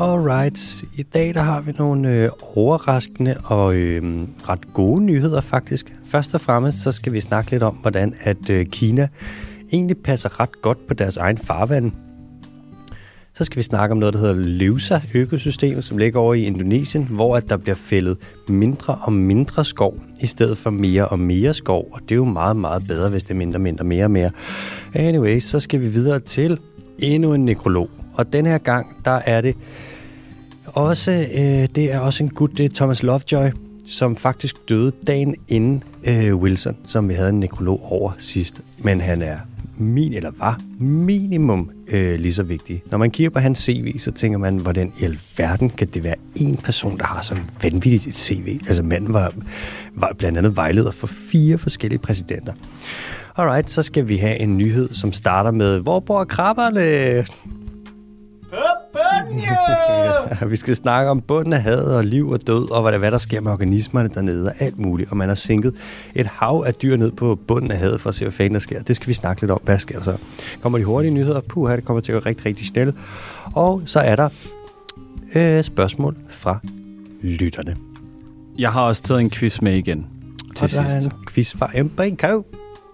Alright, i dag der har vi nogle overraskende og ret gode nyheder faktisk. Først og fremmest så skal vi snakke lidt om, hvordan at Kina egentlig passer ret godt på deres egen farvand. Så skal vi snakke om noget, der hedder Leusa-økosystemet, som ligger over i Indonesien, hvor at der bliver fældet mindre og mindre skov, i stedet for mere og mere skov. Og det er jo meget, meget bedre, hvis det er mindre, mere og mere. Anyway, så skal vi videre til endnu en nekrolog. Og den her gang, der er det også, det er også en gut, det er Thomas Lovejoy, som faktisk døde dagen inden Wilson, som vi havde en nekrolog over sidst. Men han er var minimum lige så vigtig. Når man kigger på hans CV, så tænker man, hvordan i alverden kan det være en person, der har så vanvittigt et CV? Altså manden var blandt andet vejleder for 4 forskellige præsidenter. Alright, så skal vi have en nyhed, som starter med, hvor bor krabberne? Ja, vi skal snakke om bunden af havet og liv og død, og hvad der sker med organismerne dernede og alt muligt. Og man har sænket et hav af dyr ned på bunden af havet for at se, hvad fanden der sker. Det skal vi snakke lidt om. Hvad sker der så? Kommer de hurtige nyheder? Det kommer til at gå rigtig, rigtig stille. Og så er der spørgsmål fra lytterne. Jeg har også taget en quiz med igen til sidst. Og der er en quiz fra MBK.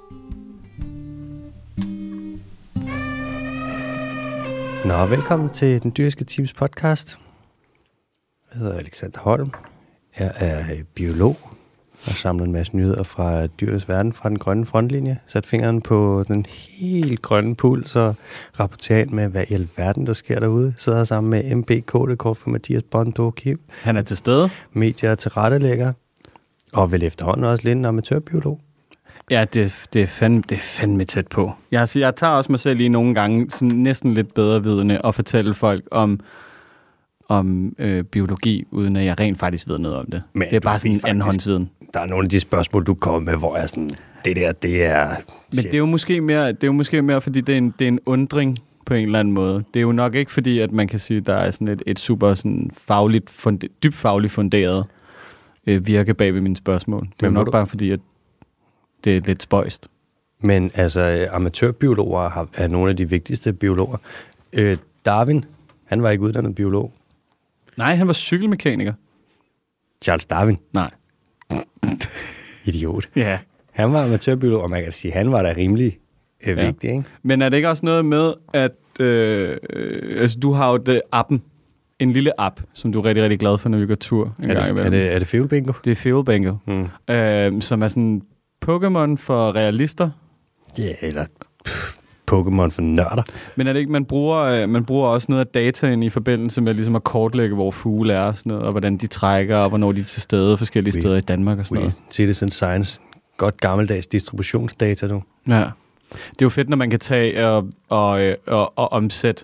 Nå, velkommen til Den Dyriske Teams podcast. Jeg hedder Alexander Holm. Jeg er biolog og samler en masse nyheder fra dyrenes verden, fra den grønne frontlinje. Sat fingeren på den helt grønne puls og rapporterer ind med, hvad i alverden der sker derude. Sidder sammen med MBK, det kort for Mathias Bondo Kim. Han er til stede. Medier til rettelægger. Og vel efterhånden også lidt en amatørbiolog. Ja, det er fandme tæt på. Jeg tager også mig selv i nogle gange sådan næsten lidt bedre vidende og fortælle folk om biologi, uden at jeg rent faktisk ved noget om det. Men det er bare sådan en andenhåndsviden. Der er nogle af de spørgsmål, du kommer med, hvor er sådan, det er... Men det er jo måske mere, fordi det er en undring på en eller anden måde. Det er jo nok ikke fordi, at man kan sige, at der er sådan et super sådan dybt fagligt funderet virke bag ved mine spørgsmål. Det er jo nok bare fordi, at det er lidt spøjst. Men altså, amatørbiologer er nogle af de vigtigste biologer. Darwin, han var ikke uddannet biolog. Nej, han var cykelmekaniker. Charles Darwin? Nej. Idiot. Ja. Han var amatørbiolog, og man kan sige, han var da rimelig vigtig, ikke? Men er det ikke også noget med, at altså, du har jo appen, en lille app, som du er rigtig, rigtig glad for, når vi går tur en gang imellem. Er det Fuel Bingo? Det er Fuel Bingo, som er sådan Pokémon for realister. Ja, eller Pokémon for nørder. Men er det ikke, man bruger også noget af dataen i forbindelse med ligesom at kortlægge, hvor fugle er og sådan noget, og hvordan de trækker, og hvornår de er til stede forskellige steder i Danmark og sådan noget. Citizen Science. Godt gammeldags distributionsdata, du. Ja. Det er jo fedt, når man kan tage og omsætte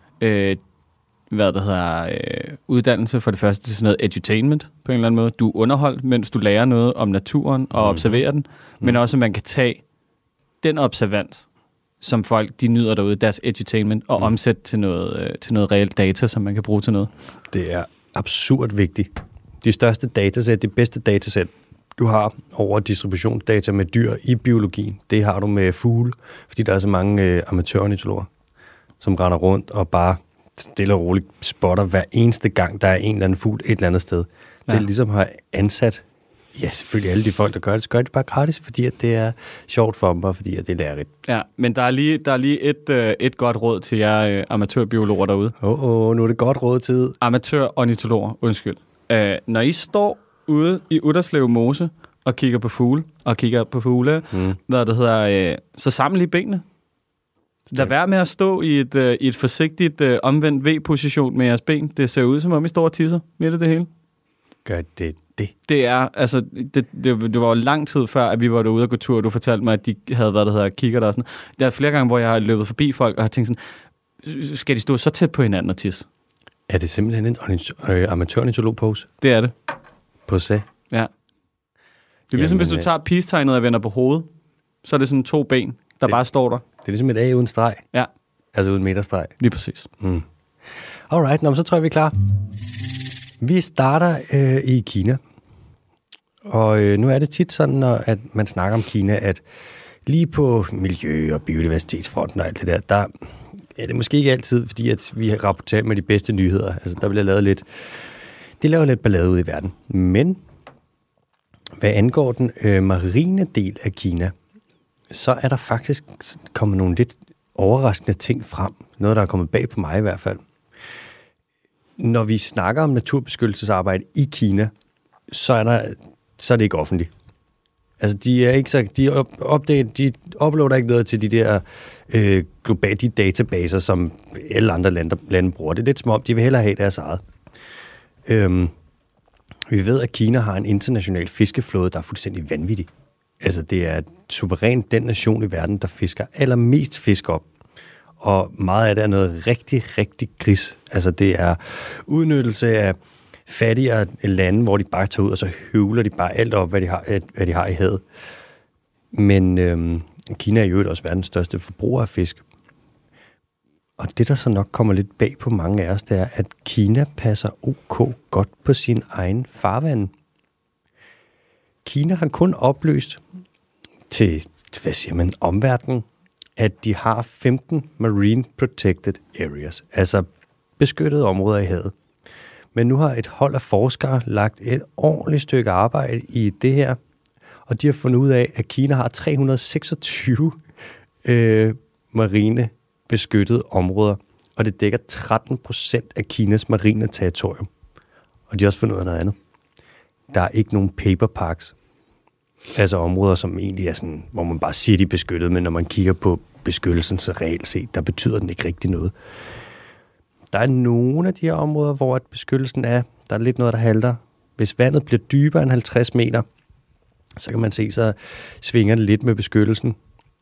uddannelse for det første til sådan noget edutainment på en eller anden måde. Du er underholdt, mens du lærer noget om naturen og observerer den, men også, at man kan tage den observans, som folk de nyder derude, deres edutainment, og omsætte til noget reelt data, som man kan bruge til noget. Det er absurd vigtigt. De største datasæt, det bedste datasæt, du har over distributionsdata med dyr i biologien, det har du med fugle, fordi der er så mange amatørornitologer, som render rundt og bare stille og roligt spotter hver eneste gang, der er en eller anden fugl et eller andet sted. Ja. Det ligesom har ansat, ja selvfølgelig alle de folk, der gør det, så gør det bare gratis, fordi at det er sjovt for dem, og fordi at det er lærerigt. Ja, men der er lige et godt råd til jer amatørbiologer derude. Nu er det godt råd-tid. Amatørornitologer, undskyld. Når I står ude i Utterslev Mose og kigger på fugle, så samle lige benene. Lad være med at stå i et forsigtigt omvendt V-position med jeres ben. Det ser ud, som om I står og tisser midt i det hele. Gør det det? Det er, altså, det var jo lang tid før, at vi var derude og gå tur, og du fortalte mig, at de havde kigger der og sådan. Der er flere gange, hvor jeg har løbet forbi folk og har tænkt sådan, skal de stå så tæt på hinanden og tisse? Er det simpelthen en amatørornitolog-pose? Det er det. Pose? Ja. Det er ligesom, hvis du tager peace-tegnet og vender på hovedet, så er det sådan 2 ben, der bare står der. Det er ligesom et A uden streg. Ja. Altså uden meterstreg. Lige præcis. Alright, så tror jeg, vi er klar. Vi starter i Kina. Og nu er det tit sådan, at man snakker om Kina, at lige på miljø- og biodiversitetsfronten og alt det der Ja, det er måske ikke altid, fordi at vi har rapporteret med de bedste nyheder. Altså, der bliver lavet lidt... Det laver lidt ballade ud i verden. Men hvad angår den marine del af Kina, så er der faktisk kommet nogle lidt overraskende ting frem. Noget, der er kommet bag på mig i hvert fald. Når vi snakker om naturbeskyttelsesarbejde i Kina, så er det ikke offentligt. Altså, de uploader ikke noget til de der globale databaser, som alle andre lande bruger. Det er lidt som om, de vil hellere have deres eget. Vi ved, at Kina har en international fiskeflåde, der er fuldstændig vanvittig. Altså, det er suverænt den nation i verden, der fisker allermest fisk op. Og meget af det er noget rigtig, rigtig gris. Altså, det er udnyttelse af fattigere lande, hvor de bare tager ud, og så høvler de bare alt op, hvad de har i havet. Men Kina er jo også verdens største forbruger af fisk. Og det, der så nok kommer lidt bag på mange af os, det er, at Kina passer OK godt på sin egen farvand. Kina har kun oplyst til, omverdenen, at de har 15 Marine Protected Areas, altså beskyttede områder i havet. Men nu har et hold af forskere lagt et ordentligt stykke arbejde i det her, og de har fundet ud af, at Kina har 326 marine beskyttede områder, og det dækker 13% af Kinas marine territorium. Og de har også fundet ud af noget andet. Der er ikke nogen paper parks, altså områder, som egentlig er sådan, hvor man bare siger, de er beskyttet, men når man kigger på beskyttelsen, så reelt set, der betyder den ikke rigtig noget. Der er nogle af de her områder, hvor beskyttelsen der er lidt noget, der halter. Hvis vandet bliver dybere end 50 meter, så kan man se, så svinger det lidt med beskyttelsen.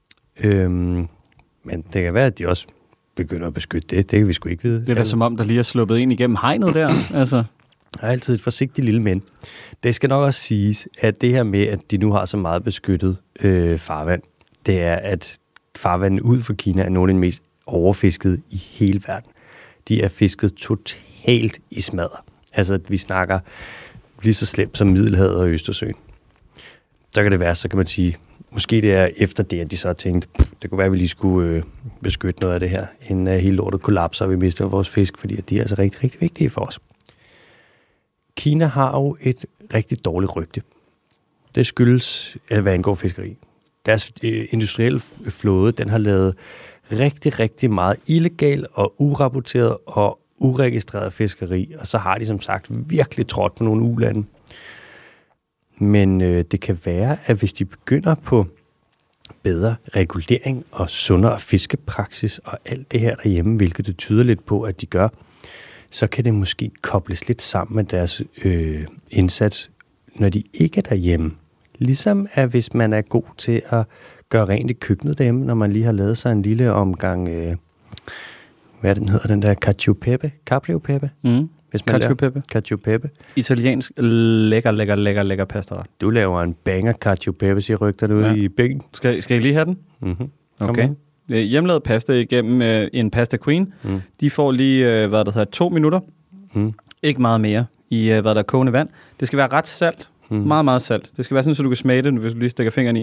Men det kan være, at de også begynder at beskytte det. Det kan vi sgu ikke vide. Det er da som om, der lige er sluppet ind igennem hegnet der. Altså. Der er altid et forsigtigt lille men. Det skal nok også siges, at det her med, at de nu har så meget beskyttet farvand, det er, at farvandet ud for Kina er nogle af de mest overfiskede i hele verden. De er fisket totalt i smadder. Altså, vi snakker lige så slemt som Middelhavet og Østersøen. Så kan det være, så kan man sige, måske det er efter det, at de så har tænkt, det kunne være, at vi lige skulle beskytte noget af det her, inden hele lortet kollapser, og vi mister vores fisk, fordi de er altså rigtig, rigtig vigtige for os. Kina har jo et rigtig dårligt rygte. Det skyldes, hvad angår fiskeri. Deres industrielle flåde, den har lavet rigtig, rigtig meget illegal og urapporteret og uregistreret fiskeri, og så har de som sagt virkelig trådt på nogle ulande. Men det kan være, at hvis de begynder på bedre regulering og sundere fiskepraksis og alt det her derhjemme, hvilket det tyder lidt på, at de gør, så kan det måske kobles lidt sammen med deres indsats, når de ikke er derhjemme. Ligesom at hvis man er god til at gøre rent i køkkenet derhjemme, når man lige har lavet sig en lille omgang, hvad den hedder, den der cacio e pepe. Hvis man cacio e pepe. Italiensk lækker pastaret. Du laver en banger cacio e pepe, siger rygterne ude i bænken. Skal I lige have den? Mm-hmm. Okay. Hjemmelavet pasta igennem en pasta queen. De får lige, 2 minutter. Ikke meget mere i, kogende vand. Det skal være ret salt. Meget, meget salt. Det skal være sådan, så du kan smage det, hvis du lige stikker fingeren i.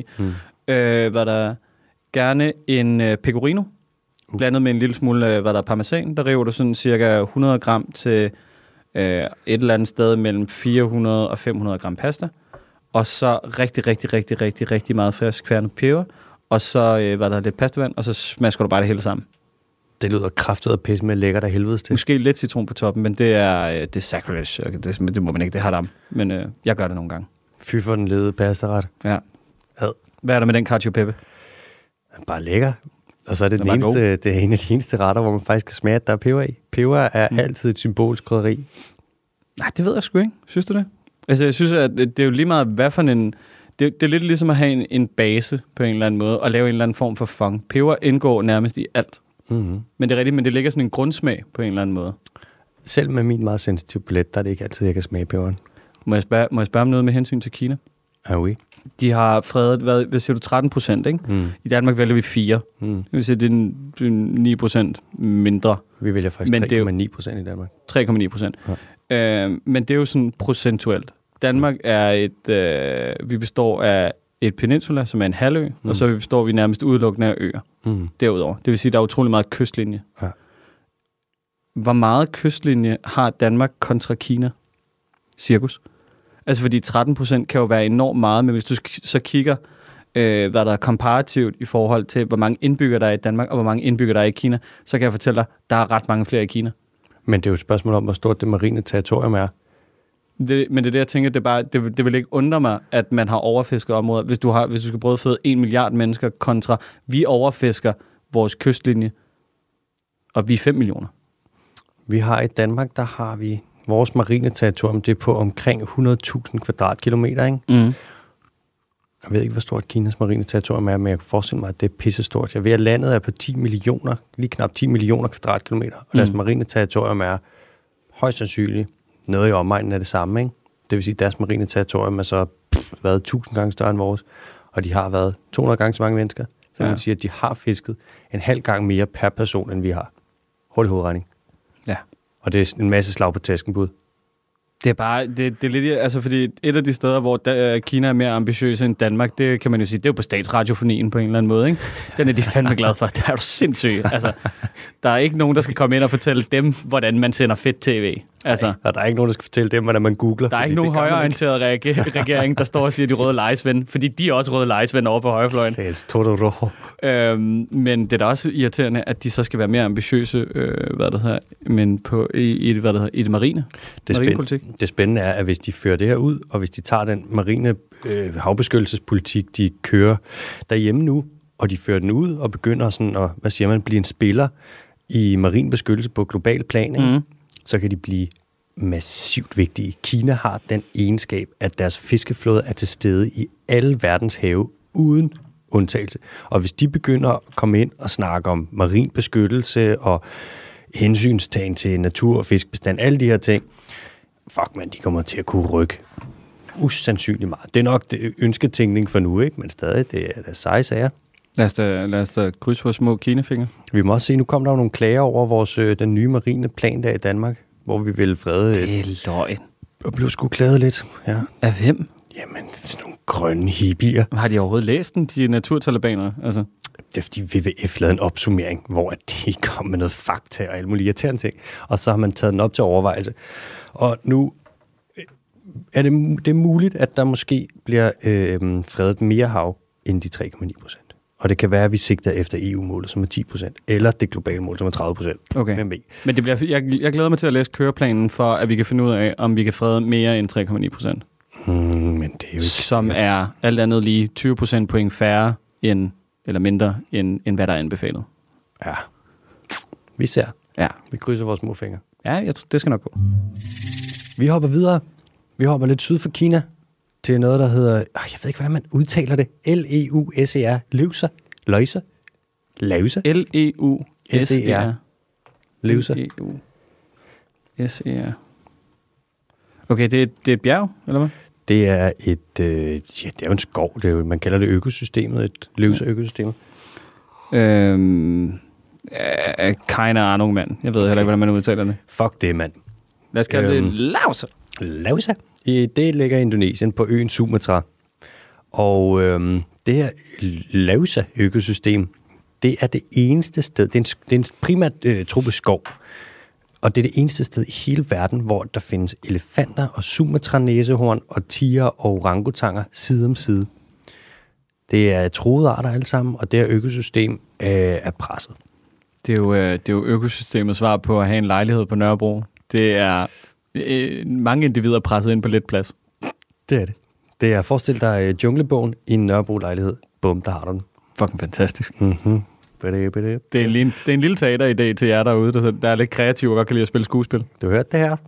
Gerne en pecorino, blandet med en lille smule, parmesan. Der river du sådan cirka 100 gram til et eller andet sted mellem 400 og 500 gram pasta. Og så rigtig meget frisk kværnet peber. Og så lidt pastavand, og så smasker du bare det hele sammen. Det lyder kraftigt og pisse med lækkert af helvedes til. Måske lidt citron på toppen, men det er sacrilege. Det må man ikke, det har dem. Men jeg gør det nogle gange. Fy for den ledede pastaret. Ja. Hvad er der med den cacio e pepe? Bare lækker. Og så er det en af de eneste retter, hvor man faktisk kan smage, at der er peber i. Peber er altid et symbolsk krydderi. Nej, det ved jeg sgu ikke. Synes du det? Altså, jeg synes, at det er jo lige meget, hvad for en... Det er lidt ligesom at have en base på en eller anden måde, og lave en eller anden form for fang. Peber indgår nærmest i alt. Mm-hmm. Men det er rigtigt, men det ligger sådan en grundsmag på en eller anden måde. Selv med min meget sensitive palet, der er det ikke altid, jeg kan smage peberen. Må jeg spørge om noget med hensyn til Kina? Ah, oui. De har fredet, hvad siger du, 13%, ikke? I Danmark vælger vi 4. Det vil sige, det er 9% mindre. Vi vælger faktisk 3,9% i Danmark. 3,9%. Ja. Men det er jo sådan procentuelt. Danmark er vi består af et peninsula, som er en halvø, og så står vi nærmest udelukkende af øer derudover. Det vil sige, at der er utrolig meget kystlinje. Ja. Hvor meget kystlinje har Danmark kontra Kina? Cirkus. Altså fordi 13% kan jo være enormt meget, men hvis du så kigger, hvad der er komparativt i forhold til, hvor mange indbyggere der er i Danmark, og hvor mange indbyggere der er i Kina, så kan jeg fortælle dig, der er ret mange flere i Kina. Men det er jo et spørgsmål om, hvor stort det marine territorium er. Men det er det, jeg tænker, det vil ikke undre mig, at man har overfisket områder, hvis du skal brødføde 1 milliard mennesker kontra, vi overfisker vores kystlinje, og vi er 5 millioner. Vi har i Danmark, der har vi vores marine territorium, det er på omkring 100.000 kvadratkilometer, ikke? Mm. Jeg ved ikke, hvor stort Kinas marine territorium er, men jeg kan forestille mig, at det er pissestort. Jeg ved, at landet er på 10 millioner, lige knap 10 millioner kvadratkilometer, og deres marine territorium er højst sandsynligt noget i omegnen af det samme, ikke? Det vil sige, at deres marine territorium er så været 1000 gange større end vores, og de har været 200 gange så mange mennesker. Så man siger, at de har fisket en halv gang mere per person, end vi har. Hurtig hovedregning. Ja. Og det er en masse slag på tæskenbud. Det er bare, det er lidt, altså fordi et af de steder, hvor Kina er mere ambitiøs end Danmark, det kan man jo sige, det er jo på statsradiofonien på en eller anden måde, ikke? Den er de fandme glade for. Der er jo sindssygt. Altså, der er ikke nogen, der skal komme ind og fortælle dem, hvordan man sender fedt tv. Altså, og der er ikke nogen, der skal fortælle dem, hvordan man googler. Der er ikke nogen højreorienteret regering, der står og siger, de røde lejesven, fordi de er også røde lejesven over på højrefløjen. Det er Totoro. Men det er da også irriterende, at de så skal være mere ambitiøse, men på i det marine. Det spændende er, at hvis de fører det her ud, og hvis de tager den marine havbeskyttelsespolitik, de kører derhjemme nu, og de fører den ud og begynder sådan at, blive en spiller i marin beskyttelse på global plan, så kan de blive massivt vigtige. Kina har den egenskab, at deres fiskeflåde er til stede i alle verdens have, uden undtagelse. Og hvis de begynder at komme ind og snakke om marin beskyttelse og hensynstagen til natur og fiskbestand, alle de her ting, de kommer til at kunne rykke usandsynligt meget. Det er nok ønsketænkning for nu, ikke? Men stadig, det er seje sager. Lad os da krydse vores små kinefinger. Vi må også se, nu kom der jo nogle klager over den nye marine plan der i Danmark, hvor vi ville frede... Det er løgn. Og blev sgu klaget lidt, ja. Af hvem? Jamen, sådan nogle grønne hippier. Har de overhovedet læst den, de naturtalibanere? Altså? Det er fordi WWF lavede en opsummering, hvor de kom med noget fakta og alle mulige irriterende ting. Og så har man taget den op til overvejelse. Og nu er det muligt, at der måske bliver fredet mere hav end de 3,9%. Og det kan være, at vi sigter efter EU-målet, som er 10%, eller det globale mål, som er 30%. Okay. Men det bliver, jeg glæder mig til at læse køreplanen for, at vi kan finde ud af, om vi kan frede mere end 3,9%. Men det er jo ikke som sikkert. Er alt andet lige 20% point færre end, eller mindre, end hvad der er anbefalet. Ja. Vi ser. Ja. Vi krydser vores små fingre. Ja, det skal nok gå. Vi hopper videre. Vi hopper lidt syd for Kina til noget, der hedder... Jeg ved ikke, hvordan man udtaler det. L-E-U-S-E-R. Løvser. Løjser. Løvser. L-E-U-S-E-R. Løvser. L-E-U-S-E-R. Okay, det er et bjerg, eller hvad? Det er det er jo en skov. Det er jo, man kalder det økosystemet. Et løvser-økosystemet. Keine Ahnung, mand. Jeg ved heller ikke, hvordan man udtaler det. Fuck det, mand. Lad os kalde det Lausa. Lausa. Det ligger i Indonesien på øen Sumatra. Og det her Lausa-økosystem, det er det eneste sted, det er en primært tropisk skov, og det er det eneste sted i hele verden, hvor der findes elefanter og Sumatra-næsehorn og tiger og orangutanger side om side. Det er truede arter alle sammen, og det her økosystem er presset. Det er jo økosystemets svar på at have en lejlighed på Nørrebro. Det er mange individer presset ind på lidt plads. Det er det. Det er, forestil dig Junglebogen i en Nørrebro-lejlighed. Bum, der har du den. Fucking fantastisk. Mm-hmm. Det er en lille teateridé til jer derude, der er lidt kreativ og godt kan lide at spille skuespil. Du har hørt det her?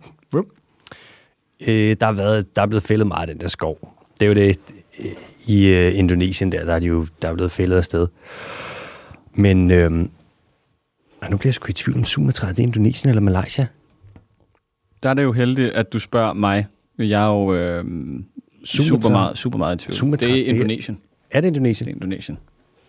Der er blevet fældet meget af den der skov. Det er jo det i Indonesien, der er blevet fældet afsted. Men nu bliver jeg sgu i tvivl om Sumatra. Er det Indonesien eller Malaysia? Der er det jo heldigt, at du spørger mig. Jeg er jo super meget i tvivl. Sumatra, det er Indonesien. Er det Indonesien? Det er Indonesien.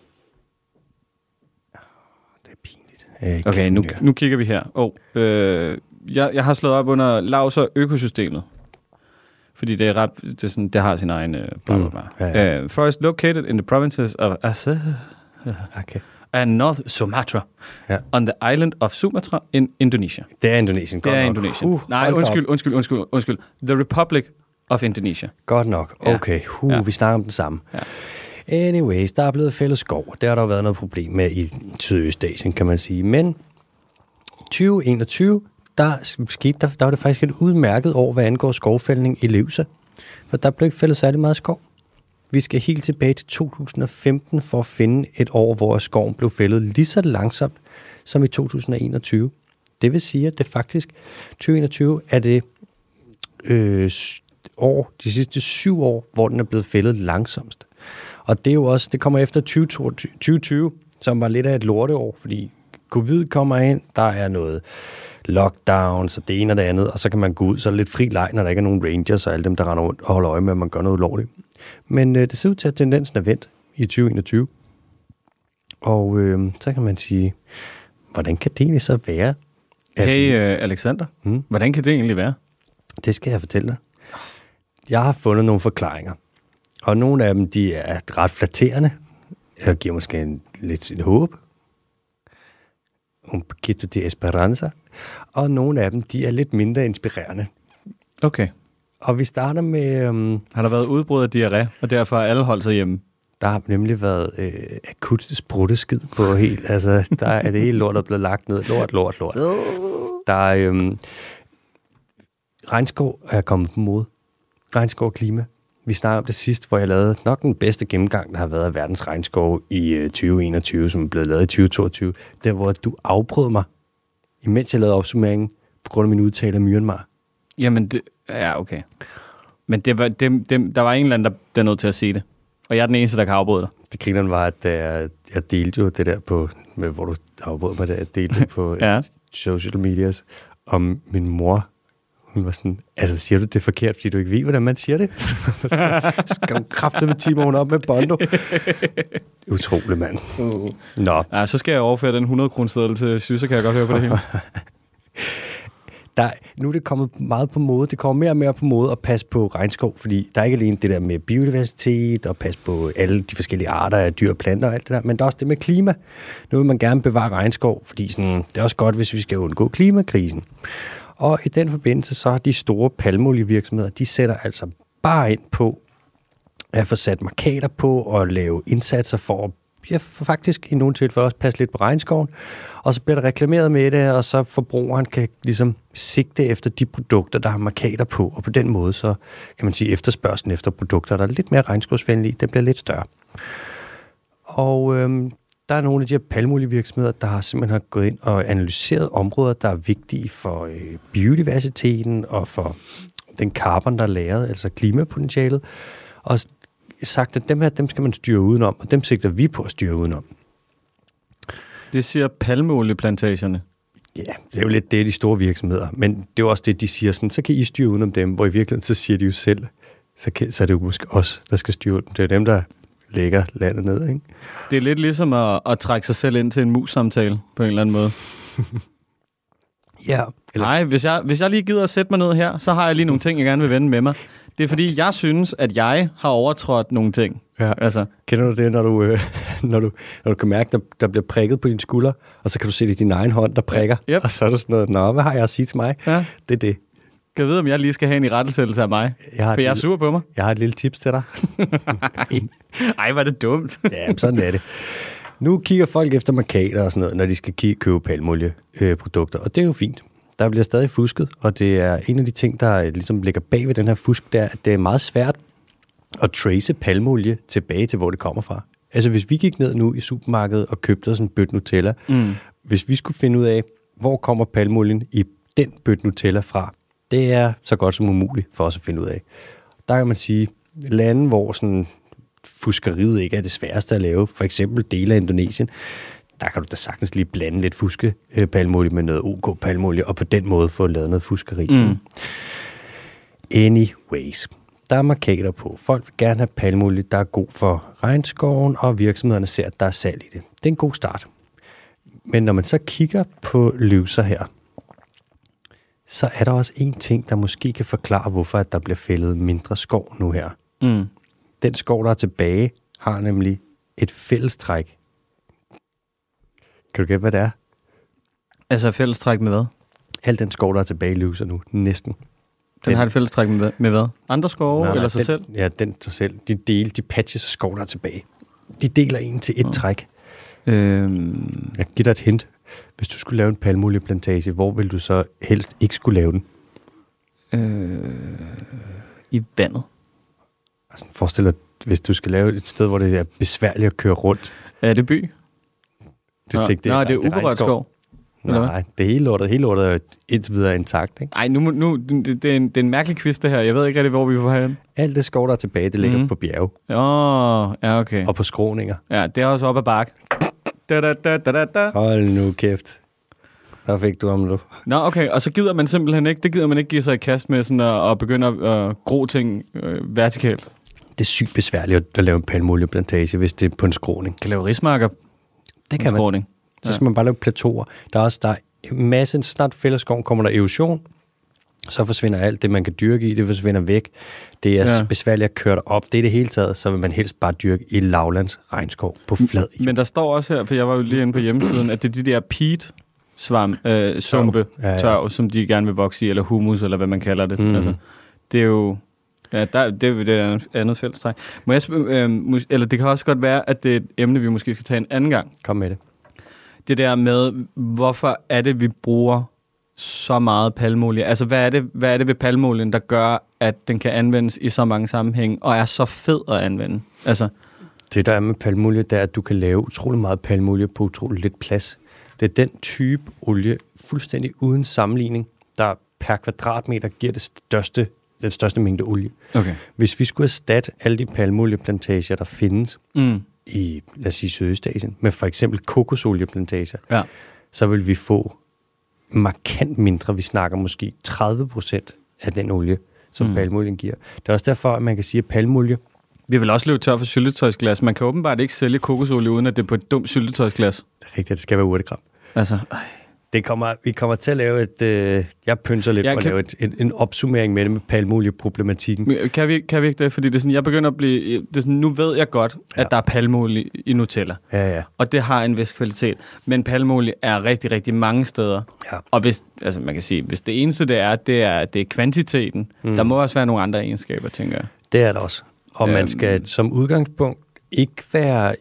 Det er pinligt. Okay, nu kigger vi her. Jeg har slået op under Lausa økosystemet. Fordi det er ret, det har sin egen bla bla bla. Forest located in the provinces of Aceh and North Sumatra on the island of Sumatra in Indonesia. Det er Indonesien. Det er Indonesien. Nej, undskyld. The Republic of Indonesia. Godt nok. Okay, vi snakker om den samme. Ja. Anyways, der er blevet fældet skov, og det har der jo været noget problem med i Sydøstasien, kan man sige. Men 2021, der var det faktisk et udmærket år, hvad angår skovfældning i Leusa. For der blev ikke fældet særlig meget skov. Vi skal helt tilbage til 2015 for at finde et år, hvor skoven blev fældet lige så langsomt som i 2021. Det vil sige, at det faktisk 2021 er det de sidste 7 år, hvor den er blevet fældet langsomst. Og det er jo også, det kommer efter 2020, som var lidt af et lorteår, fordi covid kommer ind, der er noget lockdown, så det ene og det andet, og så kan man gå ud, så er det lidt fri leg, når der ikke er nogen rangers og alle dem, der render rundt og holder øje med, at man gør noget ulovligt. Men det ser ud til, at tendensen er vendt i 2021. Og så kan man sige, hvordan kan det egentlig så være? Hey Alexander, hvordan kan det egentlig være? Det skal jeg fortælle dig. Jeg har fundet nogle forklaringer, og nogle af dem, de er ret flatterende. Jeg giver måske lidt et håb. Un poquito de esperanza. Og nogle af dem, de er lidt mindre inspirerende. Okay. Og vi starter med... har der været udbrud af diarré, og derfor har alle holdt sig hjemme? Der har nemlig været akut sprutteskid på helt... Altså, der er det hele lort, der er blevet lagt ned. Lort. Der er... regnskov er kommet på mode. Regnskov og klima. Vi snakker om det sidste, hvor jeg lavede nok den bedste gennemgang, der har været af verdens regnskov i 2021, som er blevet lavet i 2022. Der, hvor du afbrød mig, imens jeg lavede opsummeringen, på grund af min udtale af Myanmar. Jamen, okay. Men der var en eller anden, der er nødt til at sige det. Og jeg er den eneste, der kan afbryde dig. Det grineren var, at jeg delte jo det der på, hvor du afbrød mig, jeg delte det på social medias, om min mor. Hun var sådan, altså siger du det forkert, fordi du ikke ved, hvordan man siger det? Skal hun kræfte med timer op med Bondo? Utrolig mand. Nå. Ja, så skal jeg overføre den 100 kroneseddel til Sysse, kan jeg godt høre på det hele. Nu er det kommet meget på mode. Det kommer mere og mere på mode at passe på regnskov, fordi der er ikke alene det der med biodiversitet og passe på alle de forskellige arter af dyr og planter og alt det der, men der er også det med klima. Nu vil man gerne bevare regnskov, fordi sådan, det er også godt, hvis vi skal undgå klimakrisen. Og i den forbindelse, så har de store palmeolievirksomheder, de sætter altså bare ind på at få sat markader på og lave indsatser for at faktisk i nogle tilfælde også passe lidt på regnskoven. Og så bliver der reklameret med det, og så forbrugeren kan ligesom sigte efter de produkter, der har markader på. Og på den måde, så kan man sige, efterspørgslen efter produkter, der er lidt mere regnskovsvenlige, den bliver lidt større. Og der er nogle af de her palmeolievirksomheder, der har simpelthen gået ind og analyseret områder, der er vigtige for biodiversiteten og for den carbon, der er lagret, altså klimapotentialet, og sagt, at dem skal man styre udenom, og dem sigter vi på at styre udenom. Det siger palmeolieplantagerne. Ja, det er jo lidt det, de store virksomheder, men det er jo også det, de siger sådan, så kan I styre udenom dem, hvor i virkeligheden, så siger de jo selv, så er det jo måske os, der skal styre dem. Det er dem, der lægger landet ned, ikke? Det er lidt ligesom at trække sig selv ind til en mus-samtale, på en eller anden måde. Ja. Nej, hvis jeg lige gider at sætte mig ned her, så har jeg lige nogle ting, jeg gerne vil vende med mig. Det er fordi, jeg synes, at jeg har overtrådt nogle ting. Ja. Altså. Kender du det, når du kan mærke, der bliver prikket på dine skulder, og så kan du se det i din egen hånd, der prikker, og så er det sådan noget, nå, hvad har jeg at sige til mig? Ja. Det er det. Kan jeg vide, om jeg lige skal have en irettesættelse af mig? For jeg er sur på mig. Jeg har et lille tips til dig. Ej, hvor er det dumt. Ja, sådan er det. Nu kigger folk efter markader og sådan noget, når de skal købe palmolieprodukter, og det er jo fint. Der bliver stadig fusket, og det er en af de ting, der ligesom ligger bag ved den her fusk, der, at det er meget svært at trace palmolie tilbage til, hvor det kommer fra. Altså, hvis vi gik ned nu i supermarkedet og købte sådan en bøtte Nutella, hvis vi skulle finde ud af, hvor kommer palmolien i den bøtte Nutella fra, det er så godt som umuligt for os at finde ud af. Der kan man sige, lande, hvor sådan fuskeriet ikke er det sværeste at lave, for eksempel dele af Indonesien, der kan du da sagtens lige blande lidt fuskepalmolie med noget OK-palmolie, og på den måde få lavet noget fuskeri. Anyways, der er markader på. Folk vil gerne have palmolie, der er god for regnskoven, og virksomhederne ser, at der er salg i det. Det er en god start. Men når man så kigger på Leusa her, så er der også en ting, der måske kan forklare, hvorfor at der bliver fældet mindre skov nu her. Mm. Den skov, der er tilbage, har nemlig et fællestræk. Kan du gætte, hvad det er? Altså fællestræk med hvad? Al den skov, der er tilbage i Leuser nu, næsten. Den har et fællestræk med hvad? Andre skove eller sig selv? Ja, den sig selv. De patches af skov, der er tilbage. De deler en til et træk. Jeg giver dig et hint. Hvis du skulle lave en palmolieplantage, hvor vil du så helst ikke skulle lave den? I vandet. Altså, forestil dig, hvis du skal lave et sted, hvor det er besværligt at køre rundt. Er det by? Det er uberørt skov. Nej, det hele lortet er indtil videre intakt, ikke? Ej, nu det er en mærkelig quiz, det her. Jeg ved ikke rigtig, hvor vi får hen. Alt det skov, der er tilbage, det ligger på bjerge. Ja, okay. Og på skråninger. Ja, det er også op ad bakke. Hold nu kæft. Der fik du om du. Nå, okay. Og så gider man simpelthen ikke, give sig i kast med sådan at begynde at gro ting vertikalt. Det er sygt besværligt at lave en palmolieplantage, hvis det er på en skråning. Kan lave rismarker. Det kan man. Så skal man bare lave plateauer. Der er en masse, snart fælleskov kommer der erosion, så forsvinder alt det, man kan dyrke i, det forsvinder væk. Det er besværligt at køre op. Det er det hele taget, så vil man helst bare dyrke i lavlands regnskov på flad. Men der står også her, for jeg var jo lige inde på hjemmesiden, at det er de der peat sumpe, tørv, som de gerne vil vokse i, eller humus, eller hvad man kalder det. Altså, det er jo... Ja, det er et andet fællestræk. Må jeg eller det kan også godt være, at det er et emne, vi måske skal tage en anden gang. Kom med det. Det der med, hvorfor er det, vi bruger så meget palmolie? Altså, hvad er det ved palmolien, der gør, at den kan anvendes i så mange sammenhænge, og er så fed at anvende? Altså, det, der er med palmolie, det er, at du kan lave utrolig meget palmolie på utrolig lidt plads. Det er den type olie, fuldstændig uden sammenligning, der per kvadratmeter giver den største mængde olie. Okay. Hvis vi skulle erstatte alle de palmolieplantager, der findes i, lad os sige, Sydøstasien, med for eksempel kokosolieplantager, så vil vi få markant mindre. Vi snakker måske 30% af den olie, som palmolien giver. Det er også derfor, at man kan sige, at palmolie... Vi vil også løbe tør for syltetøjsglas. Man kan åbenbart ikke sælge kokosolie, uden at det er på et dumt syltetøjsglas. Det er rigtigt, det skal være urtegram. Altså, vi kommer til at lave jeg pynser lidt på at lave en opsummering med det med palmolieproblematikken. Kan vi ikke det? Fordi det er sådan, jeg begynder at blive... Det er sådan, nu ved jeg godt, at der er palmolie i Nutella. Ja. Og det har en vis kvalitet. Men palmolie er rigtig, rigtig mange steder. Ja. Og hvis, altså man kan sige, hvis det eneste det er kvantiteten, der må også være nogle andre egenskaber, tænker jeg. Det er der også. Og man skal som udgangspunkt ikke være...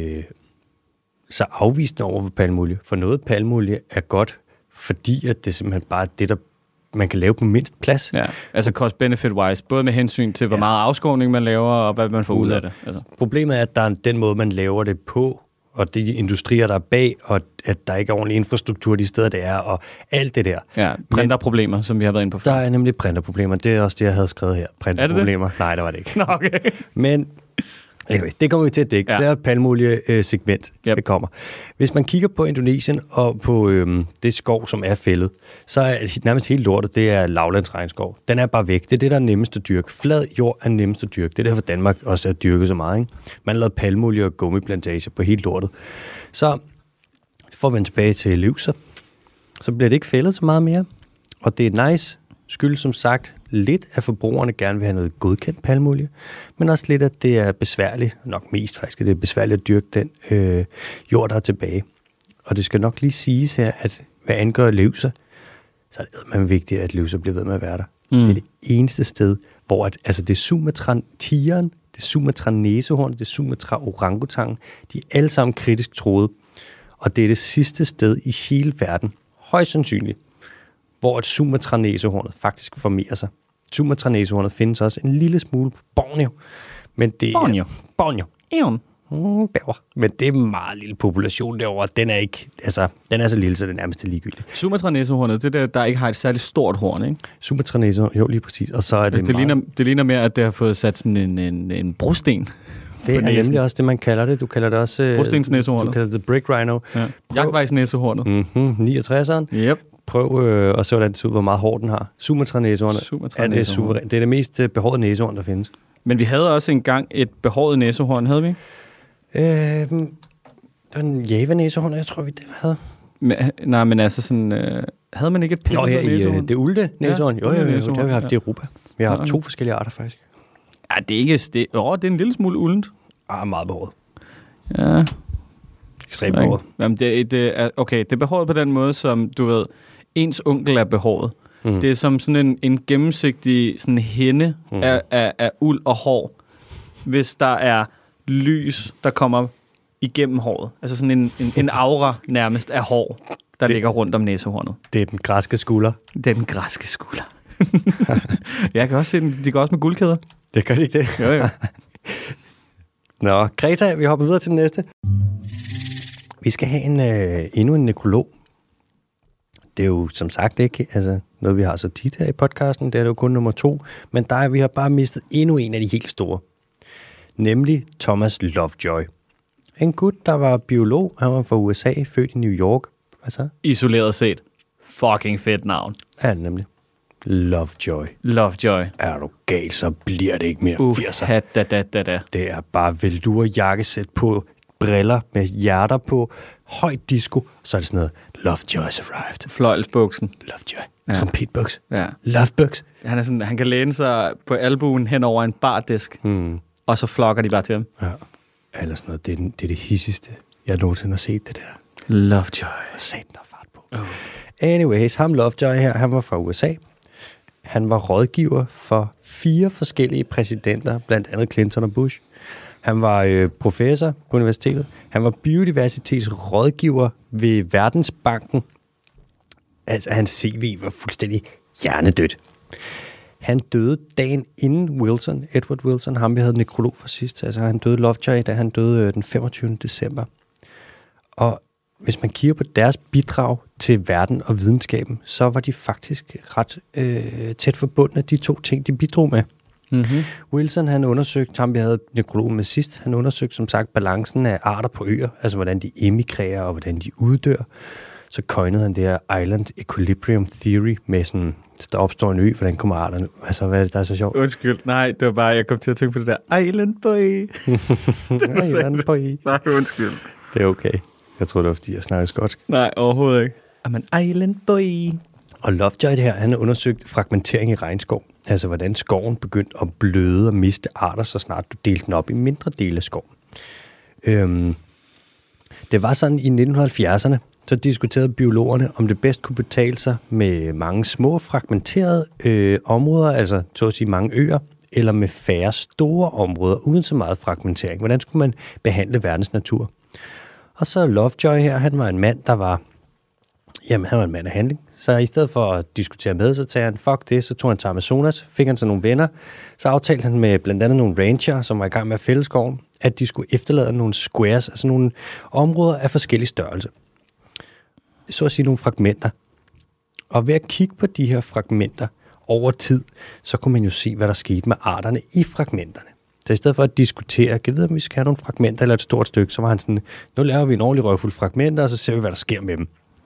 så afvisende over for palmolie. For noget palmolie er godt, fordi at det simpelthen bare er det, der man kan lave på mindst plads. Ja, altså cost-benefit-wise, både med hensyn til, hvor meget afskovning man laver, og hvad man får ud af det. Altså. Problemet er, at der er den måde, man laver det på, og de industrier, der er bag, og at der ikke er ordentlig infrastruktur de steder, det er, og alt det der. Ja, printerproblemer, som vi har været inde på før. Der er nemlig printerproblemer. Det er også det, jeg havde skrevet her. Printerproblemer. Er det? Nej, der var det ikke. Nå, okay. Men anyway, det kommer vi til at dække. Ja. Det er et palmolie-segment, det kommer. Hvis man kigger på Indonesien og på det skov, som er fældet, så er nærmest hele lortet, det er lavlandsregnskov. Den er bare væk. Det er det, der er nemmest at dyrke. Flad jord er nemmest at dyrke. Det er derfor Danmark også er dyrket så meget. Ikke? Man har lavet palmolie og gummiplantager på hele lortet. Så får vi tilbage til Leuser, så bliver det ikke fældet så meget mere. Og det er nice. Skyld som sagt lidt, at forbrugerne gerne vil have noget godkendt palmolie, men også lidt, at det er besværligt, nok mest faktisk, at det er besværligt at dyrke den jord, der er tilbage. Og det skal nok lige siges her, at hvad angår Leuser, så er det vigtigt, at Leuser bliver ved med at være der. Det er det eneste sted, hvor det Sumatra-tigeren, det Sumatra-næsehorn, det Sumatra-orangutangen, de er alle sammen kritisk troede. Og det er det sidste sted i hele verden, højst sandsynligt, hvor et Sumatra-næsehornet faktisk formerer sig. Sumatra-næsehornet findes også en lille smule på Borneo. Men det er... Borneo. Men det er en meget lille population derovre. Den er ikke, den er så lille, så det er nærmest ligegyldigt. Sumatra-næsehornet, det der ikke har et særligt stort horn, ikke? Sumatra-næsehornet, jo lige præcis. Og så er det ligner mere, at det har fået sat sådan en brosten. Det er nemlig også det, man kalder det. Du kalder det også... Brostensnæsehornet. Du kalder det brick rhino. Ja. Jagtvejsnæsehornet. 69'eren. Yep. Prøv at se, hvordan det ser ud, hvor meget hår den har. Sumatra-næsehornet er det mest behårede næsehorn, der findes. Men vi havde også engang et behåret næsehorn, havde vi? Det var en Java-næsehorn, jeg tror, vi det havde. Nej, men altså sådan... Havde man ikke et Nå, her i næsehorn? det ulte næsehorn. Ja, Jo, næsehorn, det har vi haft i Europa. Vi har haft okay. 2 forskellige arter, faktisk. Ja, det er ikke... Det er en lille smule uldent. Meget behåret. Ja. Ekstremt behåret. Jamen, det er, okay, det er behåret på den måde, som du ved, ens onkel er behåret. Det er som sådan en gennemsigtig sådan hinde af uld og hår, hvis der er lys, der kommer igennem håret. Altså sådan en aura nærmest af hår, der ligger rundt om næsehornet. Det er den græske skulder. Det er den græske skulder. Jeg kan også se den. De går også med guldkæder. Det gør de ikke det. Jo. Nå, Greta, vi hopper videre til den næste. Vi skal have endnu en nekrolog. Det er jo som sagt ikke noget, vi har så tit her i podcasten. Det er jo kun nummer 2. Men vi har bare mistet endnu en af de helt store. Nemlig Thomas Lovejoy. En gut, der var biolog. Han var fra USA, født i New York. Hvad så? Isoleret set. Fucking fedt navn. Ja, nemlig. Lovejoy. Lovejoy. Er du gal, så bliver det ikke mere 80'er. Da. Det er bare velour jakkesæt på, briller med hjerter på, højt disco, så er det sådan noget, Lovejoy's arrived. Fløjlsbuksen. Lovejoy. Ja. Trompetbuks. Ja. Lovebuks. Han kan læne sig på albuen hen over en bardisk, og så flokker de bare til ham. Ja. Eller sådan noget. Det er det hissigste, jeg nogensinde har set det der. Lovejoy. Satan der fart på. Anyways, ham Lovejoy her, han var fra USA. Han var rådgiver for 4 forskellige præsidenter, blandt andet Clinton og Bush. Han var professor på universitetet. Han var biodiversitetsrådgiver ved Verdensbanken. Altså, hans CV var fuldstændig hjernedødt. Han døde dagen inden Wilson, Edward Wilson, ham vi havde nekrolog for sidst. Altså, han døde Lovejoy, da han døde den 25. december. Og hvis man kigger på deres bidrag til verden og videnskaben, så var de faktisk ret tæt forbundne, de 2 ting, de bidrog med. Mm-hmm. Wilson, han undersøgte, ham vi havde nekrologen med sidst, han undersøgte som sagt balancen af arter på øer, altså hvordan de emigrerer og hvordan de uddør. Så coinede han det her Island Equilibrium Theory med sådan, der opstår en ø, hvordan kommer arterne, altså hvad er det, der er så sjovt? Undskyld, nej, det var bare, jeg kom til at tænke på det der Island Boy. Island Boy. Nej, undskyld. Det er okay. Jeg tror, det var, fordi jeg snakker skotsk. Nej, overhovedet ikke. I'm an island boy. Og Lovejoy her, han har undersøgt fragmentering i regnskov. Altså, hvordan skoven begyndte at bløde og miste arter, så snart du delte den op i mindre dele af skoven. Det var sådan i 1970'erne, så diskuterede biologerne, om det bedst kunne betale sig med mange små fragmenterede områder, altså så at sige mange øer, eller med færre store områder uden så meget fragmentering. Hvordan skulle man behandle verdens natur? Og så Lovejoy her, han var en mand, han var en mand af handling. Så i stedet for at diskutere med, så tager han, fuck det, så tog han til Amazonas, fik han sig nogle venner, så aftalte han med blandt andet nogle rancher, som var i gang med at fælde skoven, at de skulle efterlade nogle squares, altså nogle områder af forskellige størrelse. Så at sige nogle fragmenter. Og ved at kigge på de her fragmenter over tid, så kunne man jo se, hvad der skete med arterne i fragmenterne. Så i stedet for at diskutere, kan vi vide, om vi skal have nogle fragmenter eller et stort stykke, så var han sådan, nu laver vi en ordentlig røvfuld fragmenter, og så ser vi, hvad der sker med dem.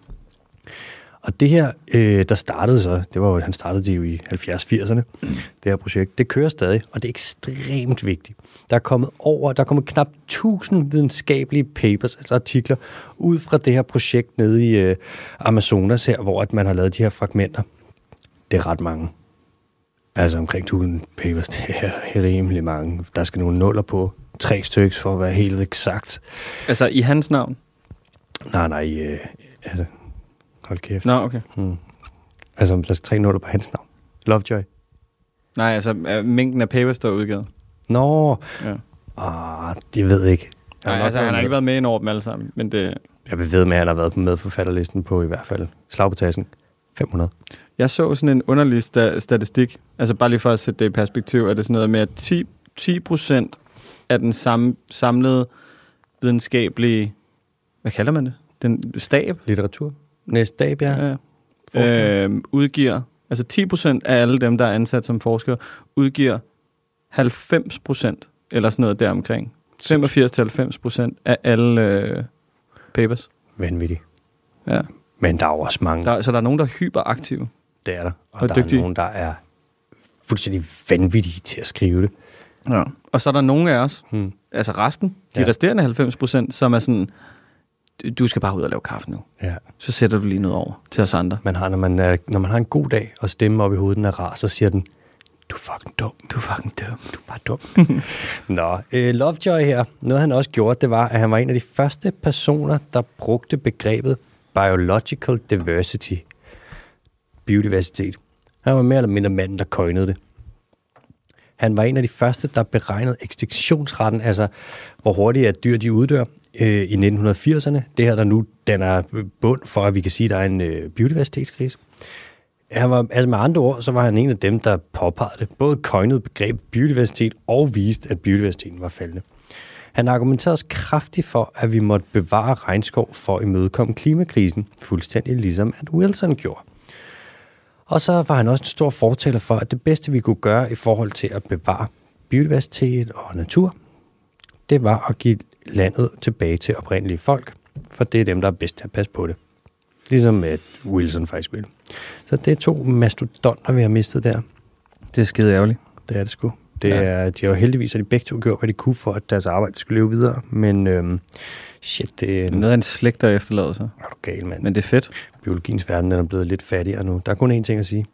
Og det her, der startede så, han startede det jo i 70-80'erne, det her projekt, det kører stadig, og det er ekstremt vigtigt. Der er kommet knap 1000 videnskabelige papers, altså artikler, ud fra det her projekt nede i Amazonas her, hvor at man har lavet de her fragmenter. Det er ret mange. Altså omkring 1000 papers, det er rimelig mange. Der skal nogle nuller på 3 stykker for at være helt eksakt. Altså i hans navn? Nej, altså hold kæft. Nå, okay. Altså der skal 3 nuller på hans navn. Lovejoy. Nej, altså mængden af papers, der er udgivet. Nå. Ja. Det ved jeg ikke. Nej, altså han har ikke været med ind over dem alle sammen, men det... Jeg ved med, at han har været med forfatterlisten på i hvert fald slag på tasken. 500. Jeg så sådan en underlig statistik, altså bare lige for at sætte det i perspektiv, er det sådan noget med, at 10% af den samlede videnskabelige, hvad kalder man det? Den stab? Litteratur? Stab, ja. Udgiver, altså 10% af alle dem, der er ansat som forskere, udgiver 90% eller sådan noget deromkring. 85-90% af alle papers. Vanvittigt. Ja. Men der er også mange. Så der er nogen, der er hyperaktive. Det er der. Og der er nogen, der er fuldstændig vanvittige til at skrive det. Ja. Og så er der nogen af os, altså resten, de resterende 90%, som er sådan, du skal bare ud og lave kaffe nu. Ja. Så sætter du lige noget over til os andre. Når man har en god dag, og stemmen op i hovedet den er rar, så siger den, du er fucking dum. Du er fucking dum. Du er bare dum. Nå, Lovejoy her, noget han også gjorde, det var, at han var en af de første personer, der brugte begrebet biological diversity. Biodiversitet. Han var mere eller mindre manden, der coinede det. Han var en af de første, der beregnede ekstinktionsraten, altså hvor hurtigt at dyr de uddør i 1980'erne. Det her, der nu danner bund for, at vi kan sige, at der er en biodiversitetskrise. Han var, altså med andre ord, så var han en af dem, der påpegede det. Både coinede begrebet biodiversitet og viste, at biodiversiteten var faldende. Han argumenterede også kraftigt for, at vi måtte bevare regnskov for at imødekomme klimakrisen, fuldstændig ligesom at Wilson gjorde. Og så var han også en stor fortaler for, at det bedste, vi kunne gøre i forhold til at bevare biodiversitet og natur, det var at give landet tilbage til oprindelige folk, for det er dem, der er bedst til at passe på det. Ligesom at Wilson faktisk ville. Så det er 2 mastodonter, vi har mistet der. Det er skide ærgerligt. Det er det sgu. De har jo heldigvis, at de begge to gjort, hvad de kunne for, at deres arbejde skulle leve videre. Men shit, det er noget af en slægt, der efterlader sig. Er du gal, mand. Men det er fedt. Biologiens verden den er blevet lidt fattigere nu. Der er kun én ting at sige.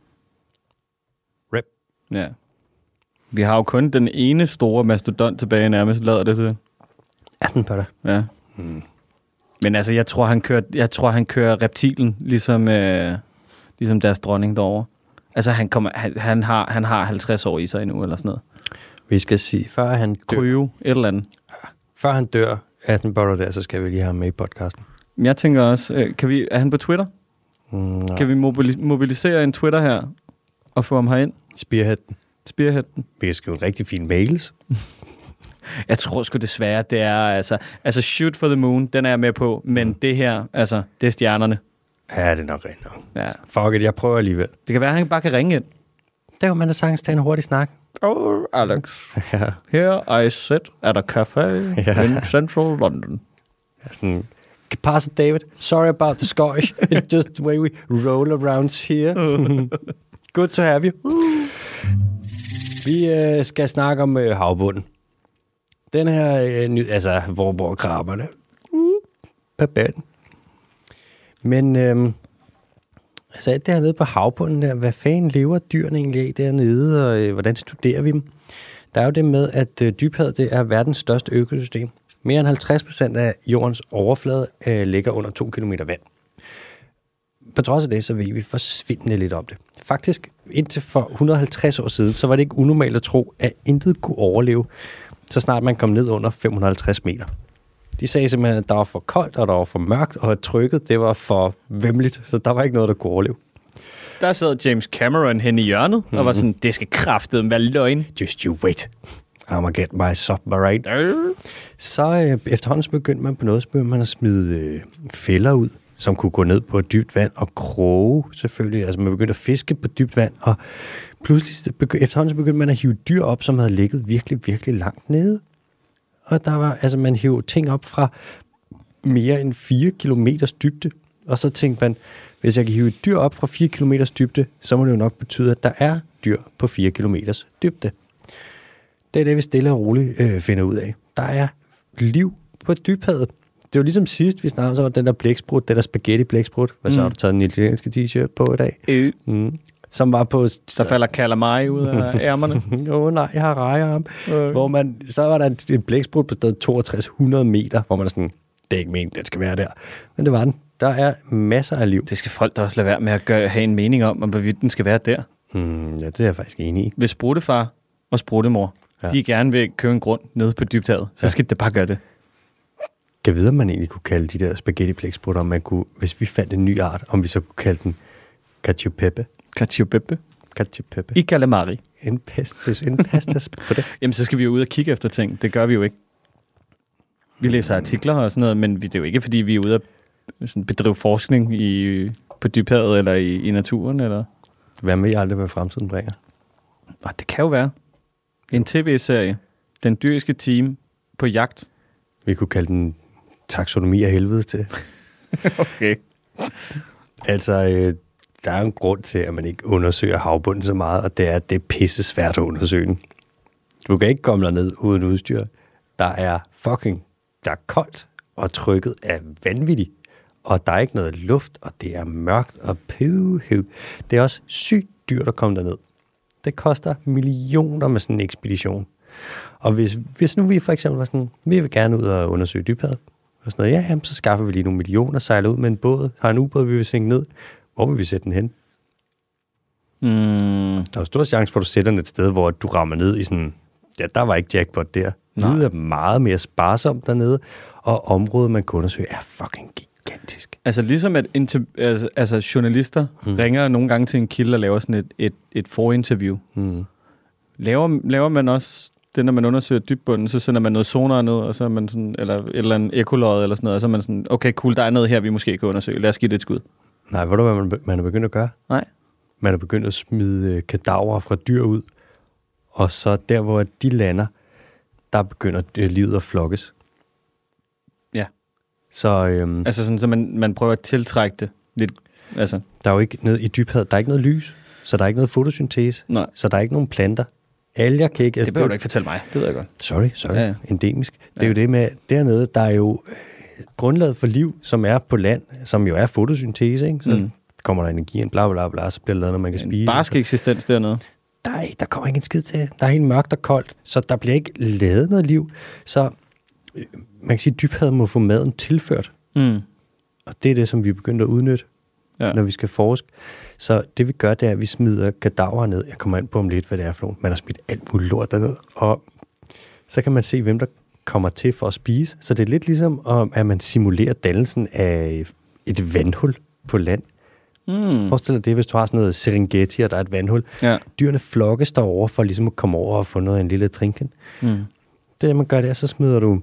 Rip. Ja. Vi har jo kun den ene store mastodont tilbage nærmest, lader det til. Er den på dig? Ja. Men altså, jeg tror, han kører reptilen, ligesom deres dronning derovre. Altså, han har 50 år i sig endnu, eller sådan noget. Vi skal sige, før han dør... Kryo, et eller andet. Før han dør, Attenborough der, så skal vi lige have ham med i podcasten. Jeg tænker også, er han på Twitter? Kan vi mobilisere en Twitter her, og få ham herind? Spearhead den. Vi kan skrive en rigtig fin mails. Jeg tror sgu desværre, det er altså Shoot for the Moon, den er jeg med på, men det her, altså, det er stjernerne. Ja, det er nok rent nok. Ja. Fuck it, jeg prøver alligevel. Det kan være, at han bare kan ringe ind. Der kan man da sagtens tage en hurtig snak. Oh, Alex. Ja. Here I sit at a cafe in central London. Ja, sådan... Pastor David, sorry about the Scottish. It's just the way we roll around here. Good to have you. Vi skal snakke om havbunden. Den her, altså, hvor bor krabberne? Babaden. Men, altså, det her nede på havbunden der, hvad fanden lever dyrene egentlig af dernede, og hvordan studerer vi dem? Der er jo det med, at dybhavet, det er verdens største økosystem. Mere end 50% af jordens overflade ligger under 2 kilometer vand. På trods af det, så ved vi forsvindende lidt om det. Faktisk, indtil for 150 år siden, så var det ikke unormalt at tro, at intet kunne overleve, så snart man kom ned under 550 meter. De sagde simpelthen, at der var for koldt, og der var for mørkt, og at trykket, det var for vemmeligt, så der var ikke noget, der kunne overleve. Der sad James Cameron hen i hjørnet, og var sådan, det skal kraftedeme være løgn. Just you wait. I'm gonna get my submarine. Så efterhånden så begyndte man på noget, så begyndte man at smide fælder ud, som kunne gå ned på dybt vand, og kroge selvfølgelig. Altså man begyndte at fiske på dybt vand, og pludselig efterhånden så begyndte man at hive dyr op, som havde ligget virkelig, virkelig langt nede. Og der var, altså man hive ting op fra mere end 4 kilometers dybde, og så tænkte man, hvis jeg kan hive et dyr op fra 4 kilometers dybde, så må det jo nok betyde, at der er dyr på 4 kilometers dybde. Det er det, vi stille og roligt finder ud af. Der er liv på dybhavet. Det var ligesom sidst, vi snakkede om den der blæksprut, den der spaghetti-blæksprut. Hvad så har du taget en italienske t-shirt på i dag? Som var på... Der falder calamari ud af ærmerne. Nej, jeg har rejearm. Hvor så var der en blæksprut på stedet 6200 meter, hvor man er sådan, det er ikke meningen, den skal være der. Men det var den. Der er masser af liv. Det skal folk da også lade være med at have en mening om hvorvidt den skal være der. Ja, det er jeg faktisk enig i. Hvis spruttefar og spruttemor, de gerne vil købe en grund nede på dybhavet, så skal det bare gøre det. Kan vide, om man egentlig kunne kalde de der spaghetti-blæksprutter, om man kunne, hvis vi fandt en ny art, om vi så kunne kalde den cacio pepe. Cacio pepe. Cacio pepe. I calamari. En pastas på det. Jamen, så skal vi jo ud og kigge efter ting. Det gør vi jo ikke. Vi læser artikler og sådan noget, men det er jo ikke, fordi vi er ude at bedrive forskning på dybhavet eller i naturen. Eller? Hvad med I aldrig, hvad fremtiden bringer? Det kan jo være. En tv-serie. Den dyriske team på jagt. Vi kunne kalde den taksonomi af helvede til. Okay. Altså, der er en grund til, at man ikke undersøger havbunden så meget, og det er, at det er pisse svært at undersøge den. Du kan ikke komme derned uden udstyr. Der er koldt, og trykket er vanvittigt, og der er ikke noget luft, og det er mørkt, og det er også sygt dyrt at komme derned. Det koster millioner med sådan en ekspedition. Og hvis nu vi for eksempel var sådan, vi vil gerne ud og undersøge dybhavet, og sådan noget, jamen, så skaffer vi lige nogle millioner, sejler ud med en båd, har en ubåd, vi vil sænke ned. Hvor vil vi sætte den hen? Der er jo stor chance for, at du sætter den et sted, hvor du rammer ned i sådan, ja, der var ikke jackpot der. Livet er meget mere sparsomt dernede, og området, man kan undersøge, er fucking gigantisk. Altså ligesom at journalister ringer nogle gange til en kilde og laver sådan et forinterview. Laver man også det, når man undersøger dybbunden, så sender man noget sonar ned, og så er man sådan, eller en ekolod eller sådan noget, og så er man sådan, okay, cool, der er noget her, vi måske kan undersøge. Lad os give det et skud. Nej, ved du, hvad man er begyndt at gøre? Nej. Man er begyndt at smide kadaver fra dyr ud, og så der, hvor de lander, der begynder livet at flokkes. Ja. Så, altså sådan, så man prøver at tiltrække det lidt. Altså. Der er jo ikke noget i dybhavet, der er ikke noget lys, så der er ikke noget fotosyntese, så der er ikke nogen planter. Alger kan ikke... Det behøver du ikke fortælle mig, det ved jeg godt. Sorry. Ja. Endemisk. Det er jo det med, dernede, der er jo grundlaget for liv, som er på land, som jo er fotosyntese, ikke? Så kommer der energi ind, bla bla bla, så bliver der lavet noget, man kan spise. En barsk eksistens dernede. Nej, der kommer ikke en skid til. Der er helt mørkt og koldt, så der bliver ikke lavet noget liv. Så man kan sige, at dybhavet må få maden tilført. Og det er det, som vi begynder at udnytte, når vi skal forske. Så det vi gør, det er, at vi smider kadaver ned. Jeg kommer ind på om lidt, hvad det er for nogen. Man har smidt alt muligt lort derned. Og så kan man se, hvem der kommer til for at spise. Så det er lidt ligesom, at man simulerer dannelsen af et vandhul på land. Forestil dig det, hvis du har sådan noget Serengeti, og der er et vandhul. Ja. Dyrene flokkes derover for ligesom at komme over og få noget af en lille trinken. Det, man gør, det er, så smider du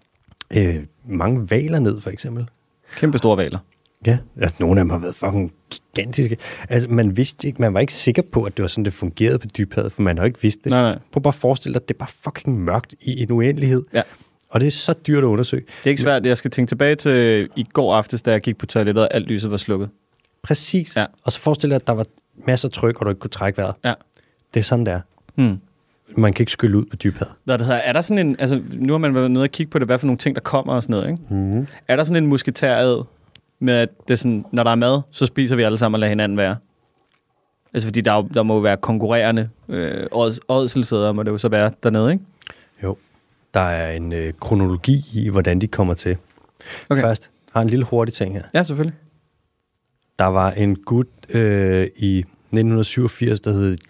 mange hvaler ned, for eksempel. Kæmpe store hvaler. Ja, altså, nogle af dem har været fucking gigantiske. Altså, man vidste ikke, man var ikke sikker på, at det var sådan, det fungerede på dybhavet, for man har ikke vidst det. Nej. Prøv bare at forestille dig, at det er bare fucking mørkt i en uendelighed. Ja. Og det er så dyrt at undersøge. Det er ikke svært. Jeg skal tænke tilbage til i går aftes, da jeg gik på toilettet, og alt lyset var slukket. Præcis. Ja. Og så forestil dig, at der var masser af tryk, og du ikke kunne trække vejret. Ja. Det er sådan, det er. Man kan ikke skylle ud på dybhavet. Er der sådan en... Altså, nu har man været nede og kigge på det, hvad for nogle ting, der kommer og sådan noget, ikke? Er der sådan en musketæred med, at det er sådan, når der er mad, så spiser vi alle sammen og lader hinanden være? Altså, fordi der må jo være konkurrerende ådselsæder, må det jo så være dernede, ikke? Jo. Der er en kronologi i, hvordan de kommer til. Okay. Først har en lille hurtig ting her. Ja, selvfølgelig. Der var en gut i 1987, der hed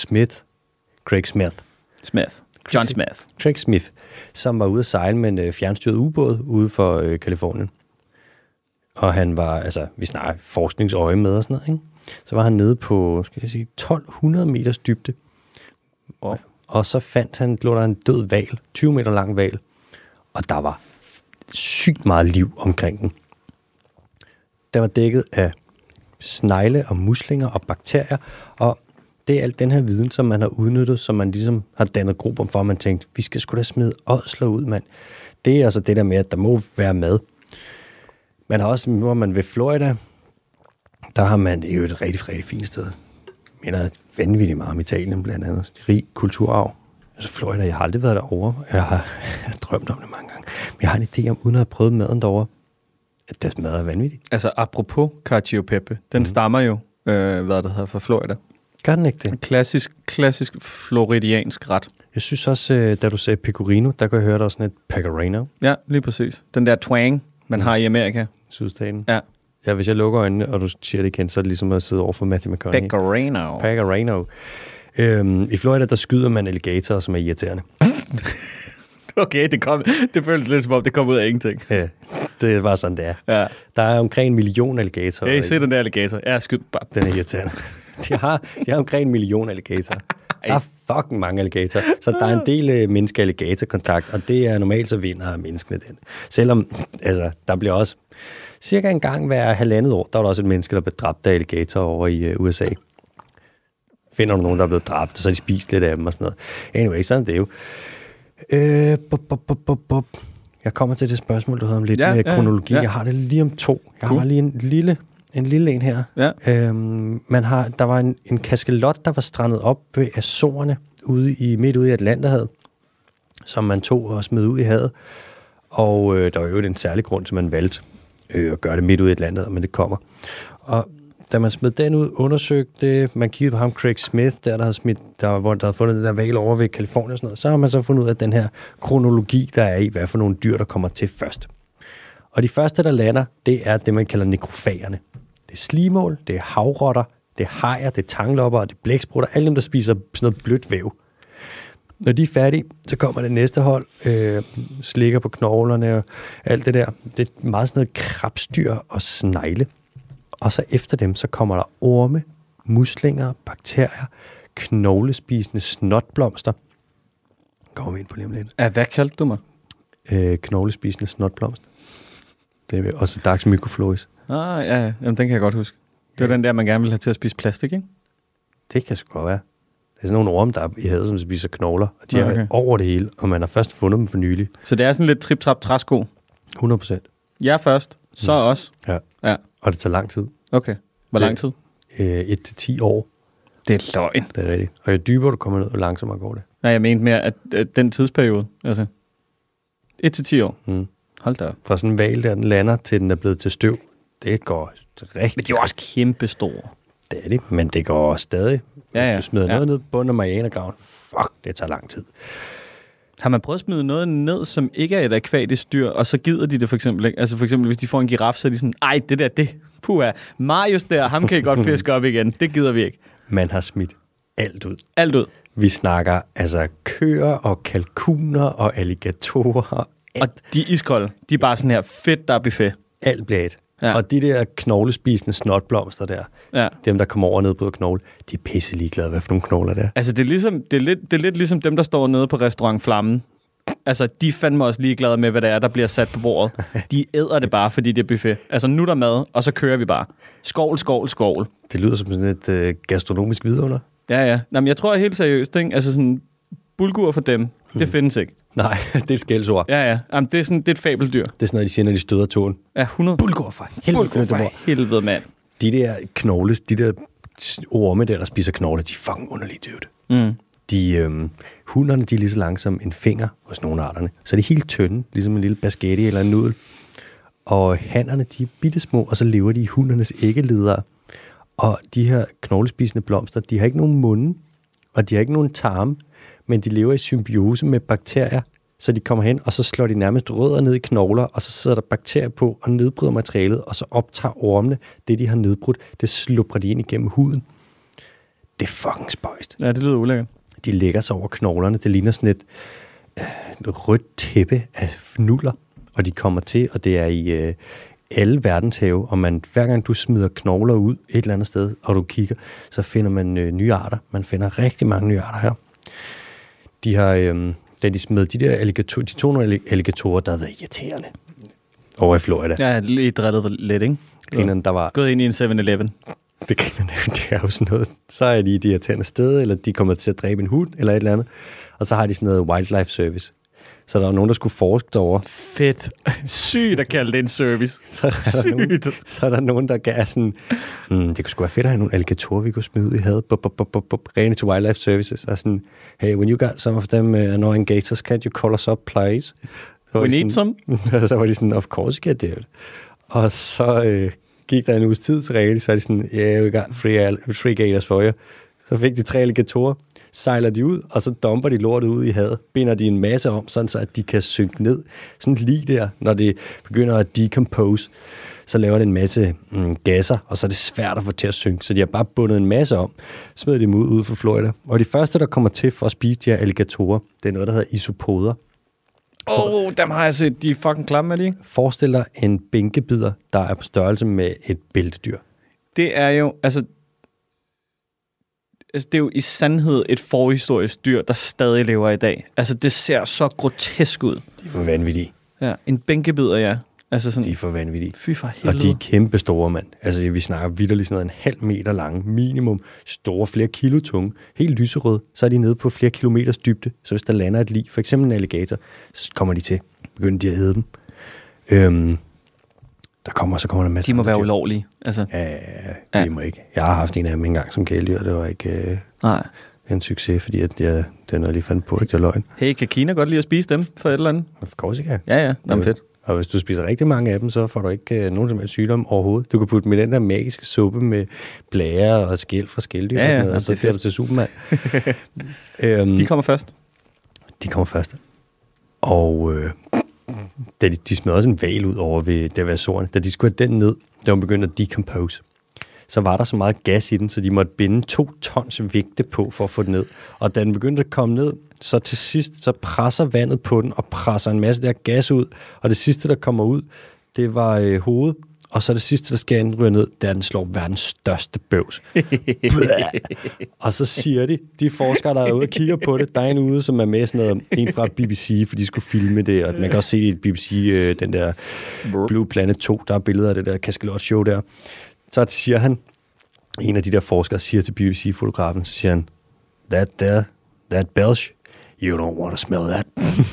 Craig Smith, som var ude at sejle med en fjernstyret ubåd ude for Kalifornien. Og han var, altså, vi snakker forskningsøje med og sådan noget, ikke? Så var han nede på, 1200 meters dybde. Og så lå der en død hval, 20 meter lang hval, og der var sygt meget liv omkring den. Den var dækket af snegle og muslinger og bakterier, og det er alt den her viden, som man har udnyttet, som man ligesom har dannet grupper for, og man tænkte, vi skal sgu da smide ådsler ud, mand. Det er altså det der med, at der må være mad. Man har også, nu er man ved Florida, der har man jo et rigtig, rigtig fint sted. Jeg mener vanvittigt meget om Italien, blandt andet. Rig kulturarv. Altså Florida, jeg har aldrig været derovre. Jeg har drømt om det mange gange. Men jeg har en idé om, uden at have prøvet maden derovre, at deres mad er vanvittigt. Altså apropos cacio e pepe, den stammer jo, hvad der hedder, fra Florida. Gør den ikke det? En klassisk floridiansk ret. Jeg synes også, da du sagde pecorino, der kan jeg høre, der er sådan et pecorino. Ja, lige præcis. Den der twang, man har i Amerika. Sydstaten. Ja. Ja, hvis jeg lukker øjnene, og du siger det igen, så er det ligesom at sidde over for Matthew McConaughey. Pecorino. I Florida, der skyder man alligatorer, som er irriterende. Okay, det føles lidt som om, det kom ud af ingenting. Ja, det er bare sådan, det er. Ja. Der er omkring 1 million alligatorer. Hey, se den der alligator. Ja, skyd bare. Den er irriterende. De har omkring 1 million alligatorer. Der er fucking mange alligatorer. Så der er en del menneske-alligator-kontakt, og det er normalt, så vinder menneskene den. Selvom, altså, der bliver også cirka en gang hver 1,5 år, der er der også et menneske, der bliver dræbt af alligator over i USA. Finder du nogen, der er blevet dræbt, og så har de spist lidt af dem og sådan noget. Anyway, sådan det er jo. Jeg kommer til det spørgsmål, du havde om lidt med kronologi. Ja. Jeg har det lige om 2. Jeg har lige en lille en her. Ja. Der var en kaskelot, der var strandet op ved Azorerne midt ude i Atlanterhavet, som man tog og smed ud i havet. Og der var jo en særlig grund til, at man valgte at gøre det midt ude i Atlanterhavet, men det kommer. Og da man smed den ud, undersøgte, man kiggede på ham, Craig Smith, der havde fundet den der hval over ved Californien og sådan noget, så har man så fundet ud af den her kronologi, der er i, hvad for nogle dyr, der kommer til først. Og de første, der lander, det er det, man kalder nekrofagerne. Det er slimål, det er havrotter, det er hajer, det er tanglopper, det er blæksprutter, alle dem, der spiser sådan noget blødt væv. Når de er færdige, så kommer det næste hold, slikker på knoglerne og alt det der. Det er meget sådan noget krabstyr og snegle. Og så efter dem, så kommer der orme, muslinger, bakterier, knoglespisende snotblomster. Kommer vi ind på lige om lidt. Hvad kaldte du mig? Knoglespisende snotblomster. Det er også Dax mycofloris. Ja. Jamen, den kan jeg godt huske. Det var den der, man gerne ville have til at spise plastik, ikke? Det kan sgu godt være. Det er sådan nogle orme, der er i havet, som spiser knogler. Og de er over det hele, og man har først fundet dem for nylig. Så det er sådan lidt trip-trap-træsko? 100%. Ja først, så os. Ja. Og det tager lang tid. Okay. Hvor lang tid? 1-10 år. Det er løgn. Det er rigtigt. Og jo dybere du kommer ned, jo langsommere går det. Nej, jeg mente mere, at den tidsperiode, altså 1-10 år. Hold da op. Fra sådan en hval, der den lander, til den er blevet til støv, det går rigtig. Men de er jo også kæmpe store. Det er det, men det går også stadig. Hvis du smider noget ned på bunden af Marianergraven, det tager lang tid. Har man prøvet at smide noget ned, som ikke er et akvatisk dyr, og så gider de det for eksempel ikke? Altså for eksempel, hvis de får en giraf, så er de sådan, ej, det. Puha, Marius der, ham kan I godt fiske op igen. Det gider vi ikke. Man har smidt alt ud. Alt ud. Vi snakker altså køer og kalkuner og alligatorer. Og de er iskolde. De er bare sådan her, fedt, der er buffet. Alt bliver et. Ja. Og de der knoglespisende snotblomster der, dem der kommer over ned på knogle, de er pisse ligeglade, hvad for nogle knogler der. Altså det er lidt ligesom dem, der står nede på restaurant Flammen. Altså de er fandme også ligeglade med, hvad det er, der bliver sat på bordet. De æder det bare, fordi det er buffet. Altså nu er der mad, og så kører vi bare. Skål. Det lyder som sådan et gastronomisk vidunder. Ja. Nå, men jeg tror helt seriøst, ikke? Altså sådan bulgur for dem, det findes ikke. Nej, det er et skældsord. Ja. Jamen, det er et fabeldyr. Det er sådan noget, de siger, når de støder tåen. Ja, 100. Bulgur for helvede, mand. De der knogles, de der orme der spiser knogler, de er fucking underlige dyrt. Hunderne, de er lige så lange som en finger hos nogle arterne. Så det er helt tynde, ligesom en lille basketi eller en nudel. Og hannerne, de er bittesmå, og så lever de i hundernes æggeledere. Og de her knoglespisende blomster, de har ikke nogen munde, og de har ikke nogen tarme, men de lever i symbiose med bakterier, så de kommer hen, og så slår de nærmest rødder ned i knogler, og så sidder der bakterier på og nedbryder materialet, og så optager ormene det, de har nedbrudt, det slupper de ind igennem huden. Det er fucking spøjst. Ja, det lyder ulækkert. De lægger sig over knoglerne. Det ligner sådan et rødt tæppe af fnuller, og de kommer til, og det er i alle verdenshave, og hver gang du smider knogler ud et eller andet sted, og du kigger, så finder man nye arter. Man finder rigtig mange nye arter her. De har, da de smed de der alligatorer, de tog nogle alligatorer, der havde været irriterende over i Florida. Ja, lige drillet lidt, ikke? Grinerne, der var... Gået ind i en 7-Eleven. Det er jo sådan noget, så er de i de irriterende steder, eller de kommer til at dræbe en hund, eller et eller andet. Og så har de sådan noget wildlife service. Så der var nogen, der skulle forske derovre. Fedt. Sygt at kalde det en service. Så er der nogen, der gav sådan, det kunne sgu være fedt at have nogle alligatorer, vi kunne smide ud i havet. Rene til wildlife services. Og sådan, hey, when you got some of them annoying gators, can't you call us up, please? We need some. Så var de sådan, of course you get it. Og så gik der en uges tid til Rene, så er de sådan, yeah, we got free gators for you. Så fik de 3 alligatorer. Sejler de ud, og så dumper de lortet ud i havet. Binder de en masse om, sådan så at de kan synke ned. Sådan lige der, når det begynder at decompose, så laver det en masse gasser, og så er det svært at få til at synke. Så de har bare bundet en masse om, smider dem ud for Florida. Og de første, der kommer til for at spise de her alligatorer, det er noget, der hedder isopoder. Dem har jeg set. De er fucking klamme, er de ikke? Forestil dig en bænkebider, der er på størrelse med et bæltedyr. Det er jo, altså det er jo i sandhed et forhistorisk dyr, der stadig lever i dag. Altså, det ser så grotesk ud. De er for vanvittige. Ja, en bænkebider, ja. Altså sådan, de er for vanvittige. Fy for helvede. Og de er kæmpe store, mand. Altså, vi snakker vitterligt sådan noget 1,5 meter lange, minimum. Store, flere kilo tunge. Helt lyserød. Så er de nede på flere kilometers dybde. Så hvis der lander et lig, for eksempel en alligator, så kommer de til. Begynder de at æde dem. Så kommer der masser. De må være ulovlige. Altså. Ja, de må ikke. Jeg har haft en af dem engang som kæledyr, det var ikke... Nej. en succes, fordi at det er noget, lige fandt på, ikke? Det er løgn. Hey, kan Kina godt lide at spise dem for et eller andet? Of course, ikke? Ja. Nå, fedt. Og hvis du spiser rigtig mange af dem, så får du ikke nogen som helst sygdom overhovedet. Du kan putte dem i den der magiske suppe med blære og skæl fra skældyr og sådan noget, og så bliver du til Superman. De kommer først. De kommer først. Og de smed også en val ud over ved Azorerne. Da de skulle have den ned, da hun begyndte at decompose, så var der så meget gas i den, så de måtte binde 2 tons vægte på for at få den ned. Og da den begyndte at komme ned, så til sidst, så presser vandet på den og presser en masse der gas ud. Og det sidste, der kommer ud, det var hovedet. Og så det sidste, der skal ryge ned, det er, den slår verdens største bøvs. Og så siger de forskere, der er ude og kigger på det, der er en ude, som er med sådan noget, en fra BBC, for de skulle filme det, og man kan også se i BBC, den der Blue Planet 2, der er billeder af det der kaskelot-show der. Så siger han, en af de der forskere siger til BBC-fotografen, så siger han, that belch, you don't want to smell that.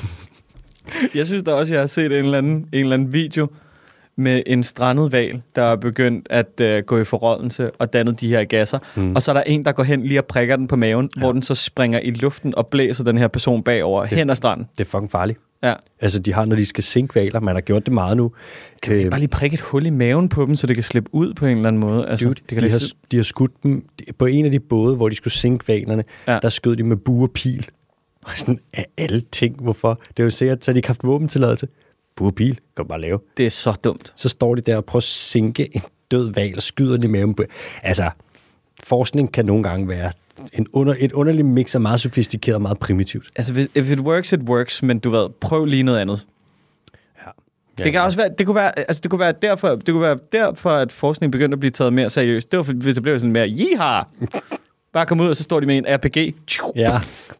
Jeg synes da også, jeg har set en eller anden video med en strandet hval, der er begyndt at gå i forrådnelse og dannet de her gasser. Og så er der en, der går hen lige og prikker den på maven, hvor den så springer i luften og blæser den her person bagover hen ad stranden. Det er fucking farligt. Ja. Altså, de har, når de skal sænke hvaler, man har gjort det meget nu. Kan vi ikke bare lige prikke et hul i maven på dem, så det kan slippe ud på en eller anden måde? Altså, Dude, de har skudt dem på en af de både, hvor de skulle sænke hvalerne. Ja. Der skød de med bue og pil. Og sådan af alle ting. Hvorfor? Det er jo sikkert, så de ikke haft våbentilladelse. Bue og pil, kan bare lave. Det er så dumt. Så står de der og prøver at sænke en død hval og skyder den i maven. Altså, forskning kan nogle gange være et underligt mix af meget sofistikeret og meget primitivt. Altså, if it works, it works, men du ved, prøv lige noget andet. Ja. Det kan også være, det kunne være derfor, at forskningen begyndte at blive taget mere seriøst. Det var, hvis det blev sådan mere, jiha! Bare kom ud, og så står de med en RPG. Ja.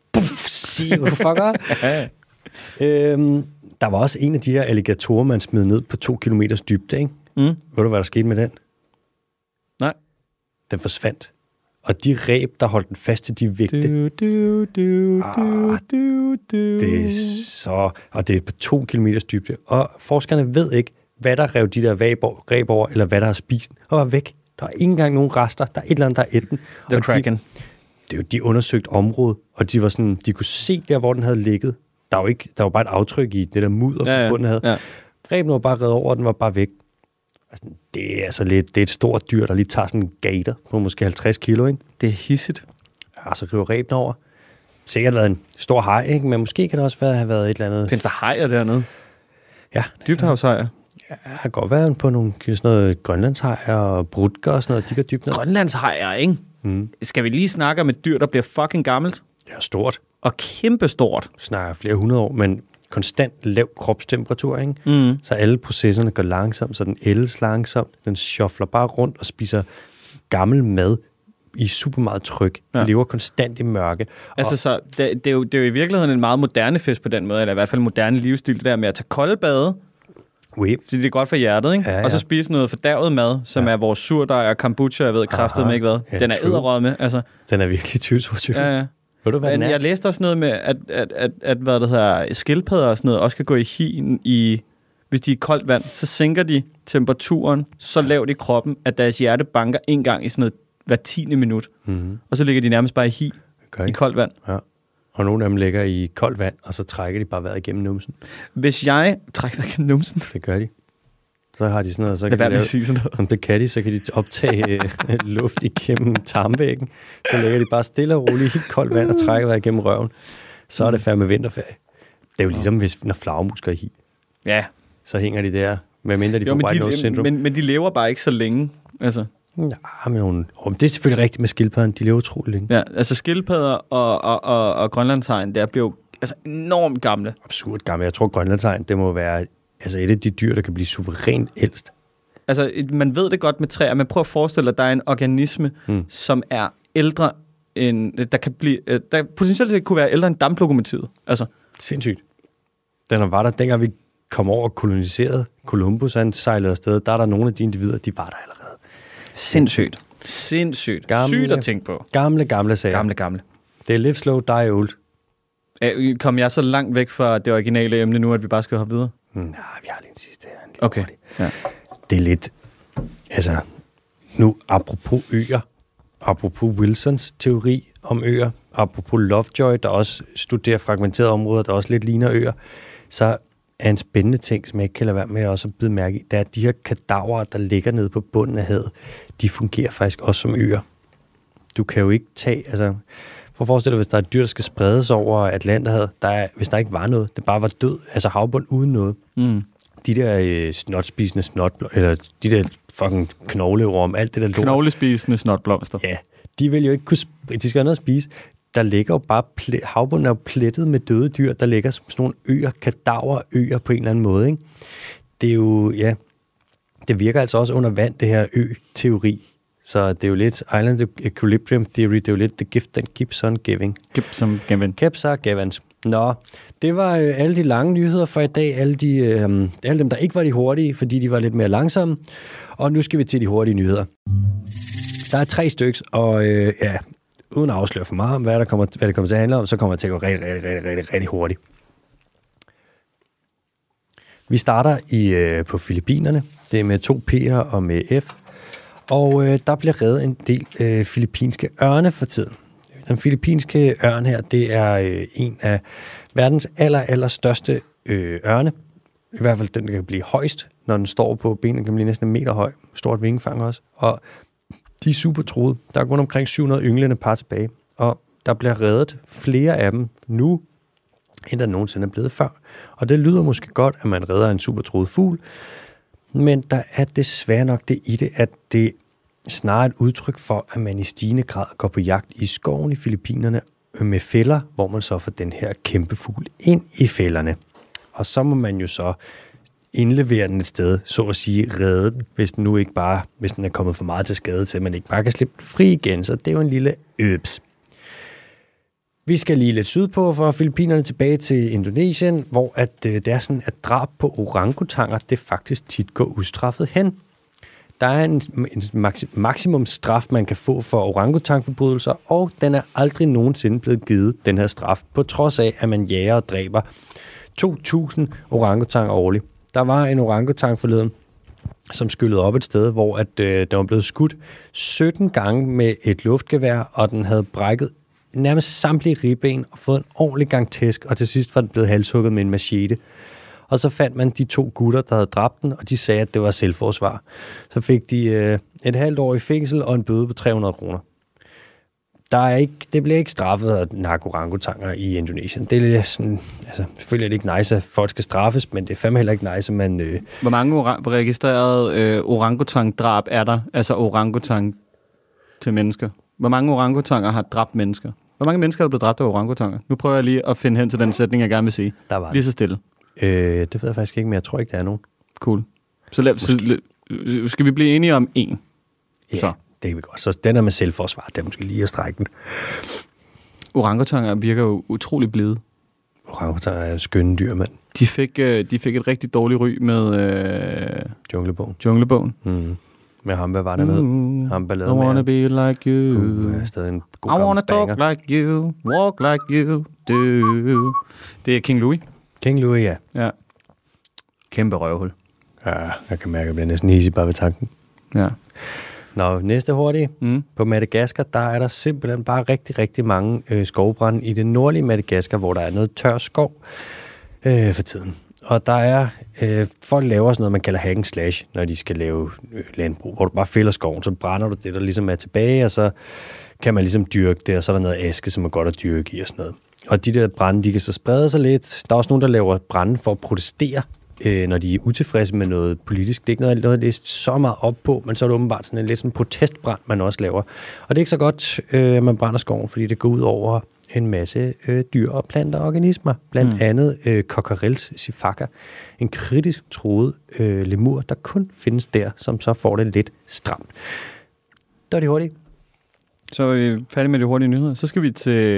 Fucker. Der var også en af de her alligatorer, man smed ned på 2 kilometers dybde, ikke? Ved du, hvad der skete med den? Nej. Den forsvandt. Og de reb, der holdt den fast til de vægte. Det er så... Og det er på 2 kilometers dybde. Og forskerne ved ikke, hvad der rev de der reb over, eller hvad der har spist den. Og var væk. Der er ikke engang nogen rester. Der er et eller andet, der er etten. The Kraken. De undersøgte området, og de var sådan, de kunne se der, hvor den havde ligget. Der var bare et aftryk i det der mudder, hvor den havde. Ja. Reben var bare revet over, og den var bare væk. Altså, det er altså lidt, det er et stort dyr, der lige tager sådan en gator på måske 50 kilo, ikke? Det er hissigt. Ja, så river reben over. Sikkert været en stor haj, ikke? Men måske kan det også have været et eller andet... Findes der hajer dernede? Ja. Dybthavshajer? Ja, det kan godt være på nogle sådan noget grønlandshajer og brudker og sådan noget. De kan dybt ned. Grønlandshajer, ikke? Skal vi lige snakke om et dyr, der bliver fucking gammelt? Det er stort. Og kæmpestort. Snakker flere 100 år, men konstant lav kropstemperatur, ikke? Så alle processerne går langsomt, så den ældes langsomt. Den shuffler bare rundt og spiser gammel mad i super meget tryk. Den lever konstant i mørke. Altså, så det er jo i virkeligheden en meget moderne fest på den måde, eller i hvert fald en moderne livsstil, det der med at tage kolde bade, fordi det er godt for hjertet, ikke? Ja. Og så spise noget fordærvet mad, som er vores surdej og kombucha, jeg ved kraftet med ikke hvad. Ja, den er edderrød med, altså. Den er virkelig 2022. Ja. Ved du, hvad den er? Jeg læste også noget med, at hvad det hedder, skildpadder og sådan noget, også kan gå i hi hvis de er i koldt vand, så sænker de temperaturen så lavt i kroppen, at deres hjerte banker en gang i sådan noget hver 10. minut. Og så ligger de nærmest bare i hi i koldt vand. Ja. Og nogle af dem ligger i koldt vand, og så trækker de bare vejret igennem numsen. Hvis jeg trækker vejret igennem numsen? Det gør de. Så har de sådan noget, så kan de lave, om det kan de, så kan de optage luft igennem tarmvæggen. Så lægger de bare stille og roligt i helt koldt vand og trækker vejret igennem røven. Så er det færdig med vinterferie. Det er jo ligesom, når flagermus går i hi. Ja. Så hænger de der, medmindre de får white nose syndrome. Men de lever bare ikke så længe, altså. Ja, men det er selvfølgelig rigtigt med skildpadderne. De lever utroligt længe. Ja, altså skildpadder og grønlandshajen, der bliver jo altså enormt gamle. Absurd gamle. Jeg tror, grønlandshajen, det må være altså et af de dyr, der kan blive suverænt ældst. Altså, man ved det godt med træer, men prøv at forestille dig, at der er en organisme, som er ældre end, der potentielt set kunne være ældre end damplokomotivet. Altså. Sindssygt. Den var der, dengang vi kom over og koloniserede Columbus, han sejlede afsted, der er der nogle af de individer, de var der allerede. Sindssygt. Sygt at tænke på. Gamle sager. Gamle. Det er live slow, die old. Kom jeg så langt væk fra det originale emne nu, at vi bare skal hoppe videre? Nej, vi har lige en sidste her. Okay. Ja. Det er lidt... Altså, nu apropos øer, apropos Wilsons teori om øer, apropos Lovejoy, der også studerer fragmenterede områder, der også lidt ligner øer, så er en spændende ting, som jeg ikke kan lade være med at også bide mærke i, det er, at de her kadaver, der ligger nede på bunden af havet, de fungerer faktisk også som øer. Du kan jo ikke tage, altså, for at forestille dig, hvis der er et dyr, der skal spredes over Atlanterhavet, hvis der ikke var noget, det bare var død, altså havbund uden noget. De der snotspisende eller de der fucking knogleorm, alt det der lort. Knoglespisende snotblomster. Ja, de vil jo ikke kunne, de skal have noget at spise. Der ligger jo bare, havbunden er jo plettet med døde dyr, der ligger som sådan nogle øer, kadaverøer på en eller anden måde, ikke? Det er jo, ja, det virker altså også under vand, det her ø-teori. Så det er jo lidt Island Equilibrium Theory, det er jo lidt the gift that keeps on giving. Keeps on giving. Keeps on giving. Nå, det var alle de lange nyheder for i dag, alle dem, der ikke var de hurtige, fordi de var lidt mere langsomme. Og nu skal vi til de hurtige nyheder. Der er 3 styks, og ja, uden at afsløre for meget om, hvad det kommer til at handle om, så kommer jeg til at gå rigtig hurtigt. Vi starter på Filippinerne. Det er med 2 P'er og med F. Og der bliver reddet en del filippinske ørne for tiden. Den filippinske ørn her, det er en af verdens allerstørste ørne. I hvert fald den, der kan blive højst, når den står på benene, kan blive næsten 1 meter høj. Stort vingefang også. Og de er super truede. Der er kun omkring 700 ynglende par tilbage. Og der bliver reddet flere af dem nu, end der nogensinde er blevet før. Og det lyder måske godt, at man redder en super truet fugl. Men der er desværre nok det i det, at det snarere et udtryk for, at man i stigende grad går på jagt i skoven i Filippinerne med fælder, hvor man så får den her kæmpe fugl ind i fælderne. Og så må man jo så indlevere den et sted, så at sige redde den, hvis den er kommet for meget til skade til, at man ikke bare kan slippe fri igen. Så det er jo en lille øbs. Vi skal lige lidt sydpå for Filippinerne tilbage til Indonesien, hvor det er sådan, at drab på orangutanger, det faktisk tit går ustraffet hen. Der er en maksimumstraf, man kan få for orangutangforbrydelser, og den er aldrig nogensinde blevet givet, den her straf, på trods af, at man jager og dræber 2.000 orangutanger årligt. Der var en orangutang forleden, som skyllede op et sted, hvor der var blevet skudt 17 gange med et luftgevær, og den havde brækket nærmest samtlige ribben og fået en ordentlig gang tæsk, og til sidst var den blevet halshugget med en machete. Og så fandt man de 2 gutter, der havde dræbt den, og de sagde, at det var selvforsvar. Så fik de et halvt år i fængsel og en bøde på 300 kroner. Det bliver ikke straffet af narkorangutanger i Indonesien. Det er sådan, altså, selvfølgelig er det ikke nice, at folk skal straffes, men det er fandme heller ikke nice, at man... Hvor mange registrerede orangutang-drab er der? Altså orangutang til mennesker. Hvor mange orangutanger har dræbt mennesker? Hvor mange mennesker er der blevet dræbt af orangutanger? Nu prøver jeg lige at finde hen til den sætning, jeg gerne vil sige. Der var lige så stille. Det ved jeg faktisk ikke, men jeg tror ikke, der er nogen. Cool. Så skal vi blive enige om 1? Ja, så. Det kan vi godt. Så den er med selvforsvar, det er måske lige at strække den. Orangutanger virker jo utrolig blide. Orangutanger er skønne dyr, mand. De fik et rigtig dårligt ry med... Junglebogen. Mm. Med ham, hvad var det med? Ham ballade med. I wanna be like you. Er stadig en god I wanna talk like you, walk like you do. Det er King Louis. King Louis, ja. Ja. Kæmpe røvhul. Ja, jeg kan mærke, at jeg bliver næsten hissig bare ved tanken. Ja. Nå, næste hurtigt. På Madagaskar, der er der simpelthen bare rigtig mange skovbrande i det nordlige Madagaskar, hvor der er noget tør skov for tiden. Og der er, folk laver sådan noget, man kalder hack and slash, når de skal lave landbrug, hvor du bare fælder skoven, så brænder du det, der ligesom er tilbage, og så kan man ligesom dyrke det, og så er der noget aske, som er godt at dyrke i og sådan noget. Og de der brænde, de kan så sprede sig lidt. Der er også nogen, der laver brænde for at protestere, når de er utilfredse med noget politisk. Det er ikke noget, jeg læst så meget op på, men så er det åbenbart sådan en lidt sådan protestbrand, man også laver. Og det er ikke så godt, at man brænder skoven, fordi det går ud over en masse dyr og planter og organismer. Blandt andet Cockerill sifaka, en kritisk truet lemur, der kun findes der, som så får det lidt stramt. Det var det hurtigt. Så er vi færdige med de hurtige nyheder. Så skal vi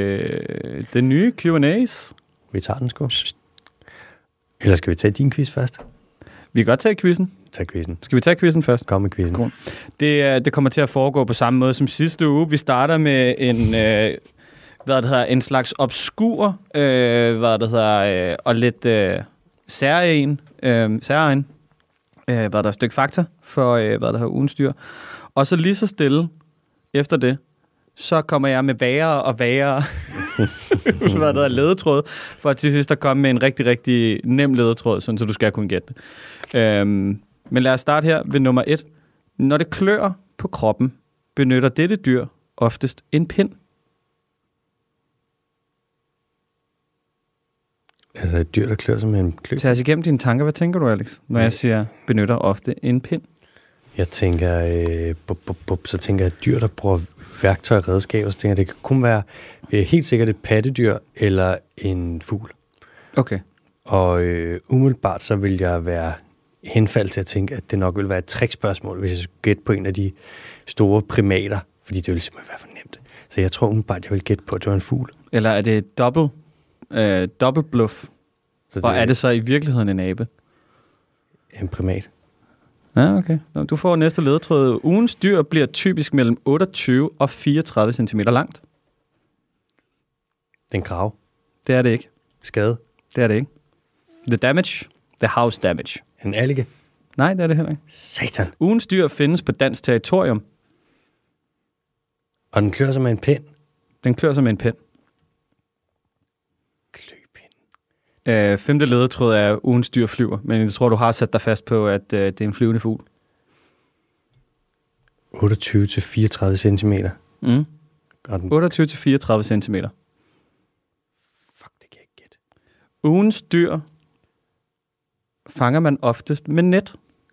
til den nye Q&A's. Vi tager den sgu. Eller skal vi tage din quiz først? Vi kan godt tage quizzen. Tag quizzen. Skal vi tage quizzen først? Kom med quizzen. Cool. Det kommer til at foregå på samme måde som sidste uge. Vi starter med en slags obskur, og lidt særegen, et stykke fakta for, ugens dyr. Og så lige så stille efter det, så kommer jeg med værre og værre hvad der er ledetråd, for til sidst at komme med en rigtig, rigtig nem ledetråd, sådan så du skal kunne gætte det. Men lad os starte her ved nummer 1. Når det klør på kroppen, benytter dette dyr oftest en pind. Altså et dyr, der klør som en klø. Tag os igennem dine tanker. Hvad tænker du, Alex, når jeg siger, benytter ofte en pind? Jeg tænker, så tænker jeg, dyr, der bruger værktøj og redskaber, så tænker jeg, det kan kun være helt sikkert et pattedyr eller en fugl. Okay. Og umiddelbart så vil jeg være henfaldt til at tænke, at det nok vil være et trickspørgsmål, hvis jeg skulle gætte på en af de store primater, fordi det ville simpelthen være for nemt. Så jeg tror umiddelbart, jeg vil gætte på, at det var en fugl. Eller er det dobbelt bluff? Så og er det så i virkeligheden en abe? En primat. Ja, okay. Du får næste ledetråd. Ugens dyr bliver typisk mellem 28 og 34 cm langt. Den krav. Det er det ikke. Skade. Det er det ikke. The damage. The house damage. En allike. Nej, det er det heller ikke. Satan. Ugens dyr findes på dansk territorium. Og den klør sig med en pind. Den klør sig med en pind. Kløpind. Femte ledetråd er ugens dyr flyver, men jeg tror, du har sat dig fast på, at det er en flyvende fugl. 28 til 34 cm. Mm. 28 til 34 cm. Fuck, det kan jeg ikke gætte. Ugens dyr fanger man oftest med net.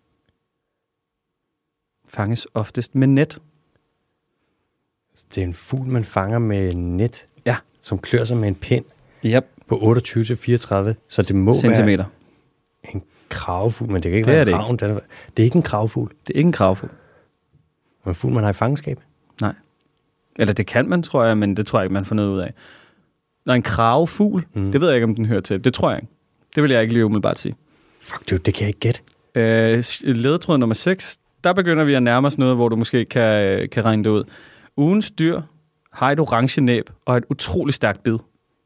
Fanges oftest med net. Det er en fugl, man fanger med net, ja, som klør sig med en pind. Yep. På 28 til 34, så det må centimeter. Være en kravfugl, men det kan ikke være en kraven. Det er ikke en kravfugl. Det er ikke en kravfugl. Det er en fugl, man har i fangenskab. Nej. Eller det kan man, tror jeg, men det tror jeg ikke, man får noget ud af. Når en kravfugl, det ved jeg ikke, om den hører til. Det tror jeg ikke. Det vil jeg ikke lige umiddelbart sige. Fuck, dude, det kan jeg ikke gætte. Ledetråd nummer 6, der begynder vi at nærme os noget, hvor du måske kan regne det ud. Ugens dyr har et orange næb og et utroligt stærkt bid.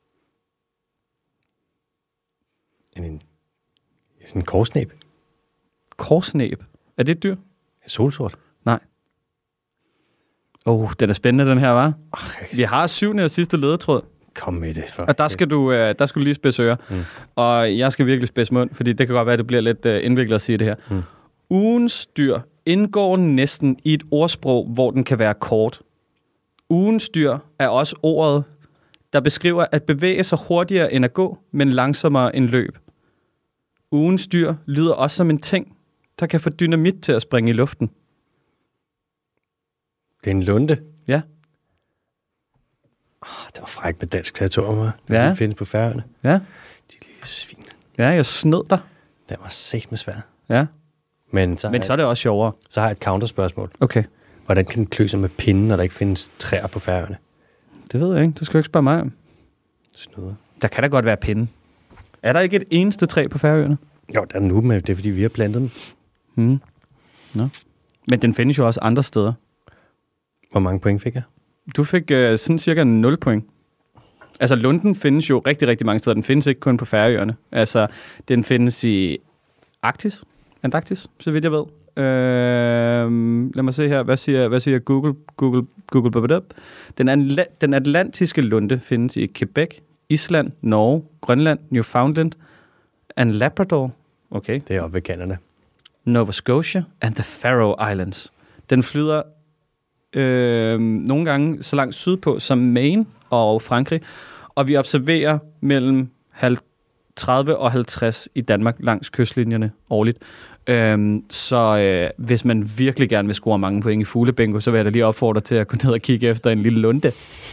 En korsnæb. Korsnæb? Er det et dyr? Solsort. Nej. Den er spændende, den her, var. Vi har 7. og sidste ledetråd. Kom med det. Og der skal du lige spidse ører. Og jeg skal virkelig spidse mund, fordi det kan godt være, at det bliver lidt indviklet at sige det her. Ugens dyr indgår næsten i et ordsprog, hvor den kan være kort. Ugens dyr er også ordet, der beskriver at bevæge sig hurtigere end at gå, men langsommere end løb. Ugens dyr lyder også som en ting, der kan få dynamit til at springe i luften. Det er en lunde. Ja. Det var frækt med dansk territorium, hva'? Ja. Den findes på Færøerne. Ja. De lille svin. Ja, jeg snød dig. Den var set med svær. Ja. Men så er det også sjovere. Så har jeg et counterspørgsmål. Okay. Hvordan kan den klø sig med pinden, når der ikke findes træer på Færøerne? Det ved jeg ikke. Det skal du ikke spørge mig om. Snyder. Der kan da godt være pinde. Er der ikke et eneste træ på Færøerne? Jo, der er nu, men det er fordi, vi har plantet dem. Nå. Men den findes jo også andre steder. Hvor mange point fik jeg? Du fik sådan cirka 0 point. Altså, lunden findes jo rigtig, rigtig mange steder. Den findes ikke kun på Færøerne. Altså, den findes i Antarktis, så vidt jeg ved. Lad mig se her. Hvad siger Google? Den atlantiske lunde findes i Quebec, Island, Norge, Grønland, Newfoundland and Labrador. Okay. Det er oppe ved Canada. Nova Scotia and the Faroe Islands. Den flyder nogle gange så langt sydpå som Maine og Frankrig, og vi observerer mellem 30 og 50 i Danmark langs kystlinjerne årligt. Så hvis man virkelig gerne vil score mange point i fuglebingo, så vil jeg da lige opfordre til at gå ned og kigge efter en lille lunde.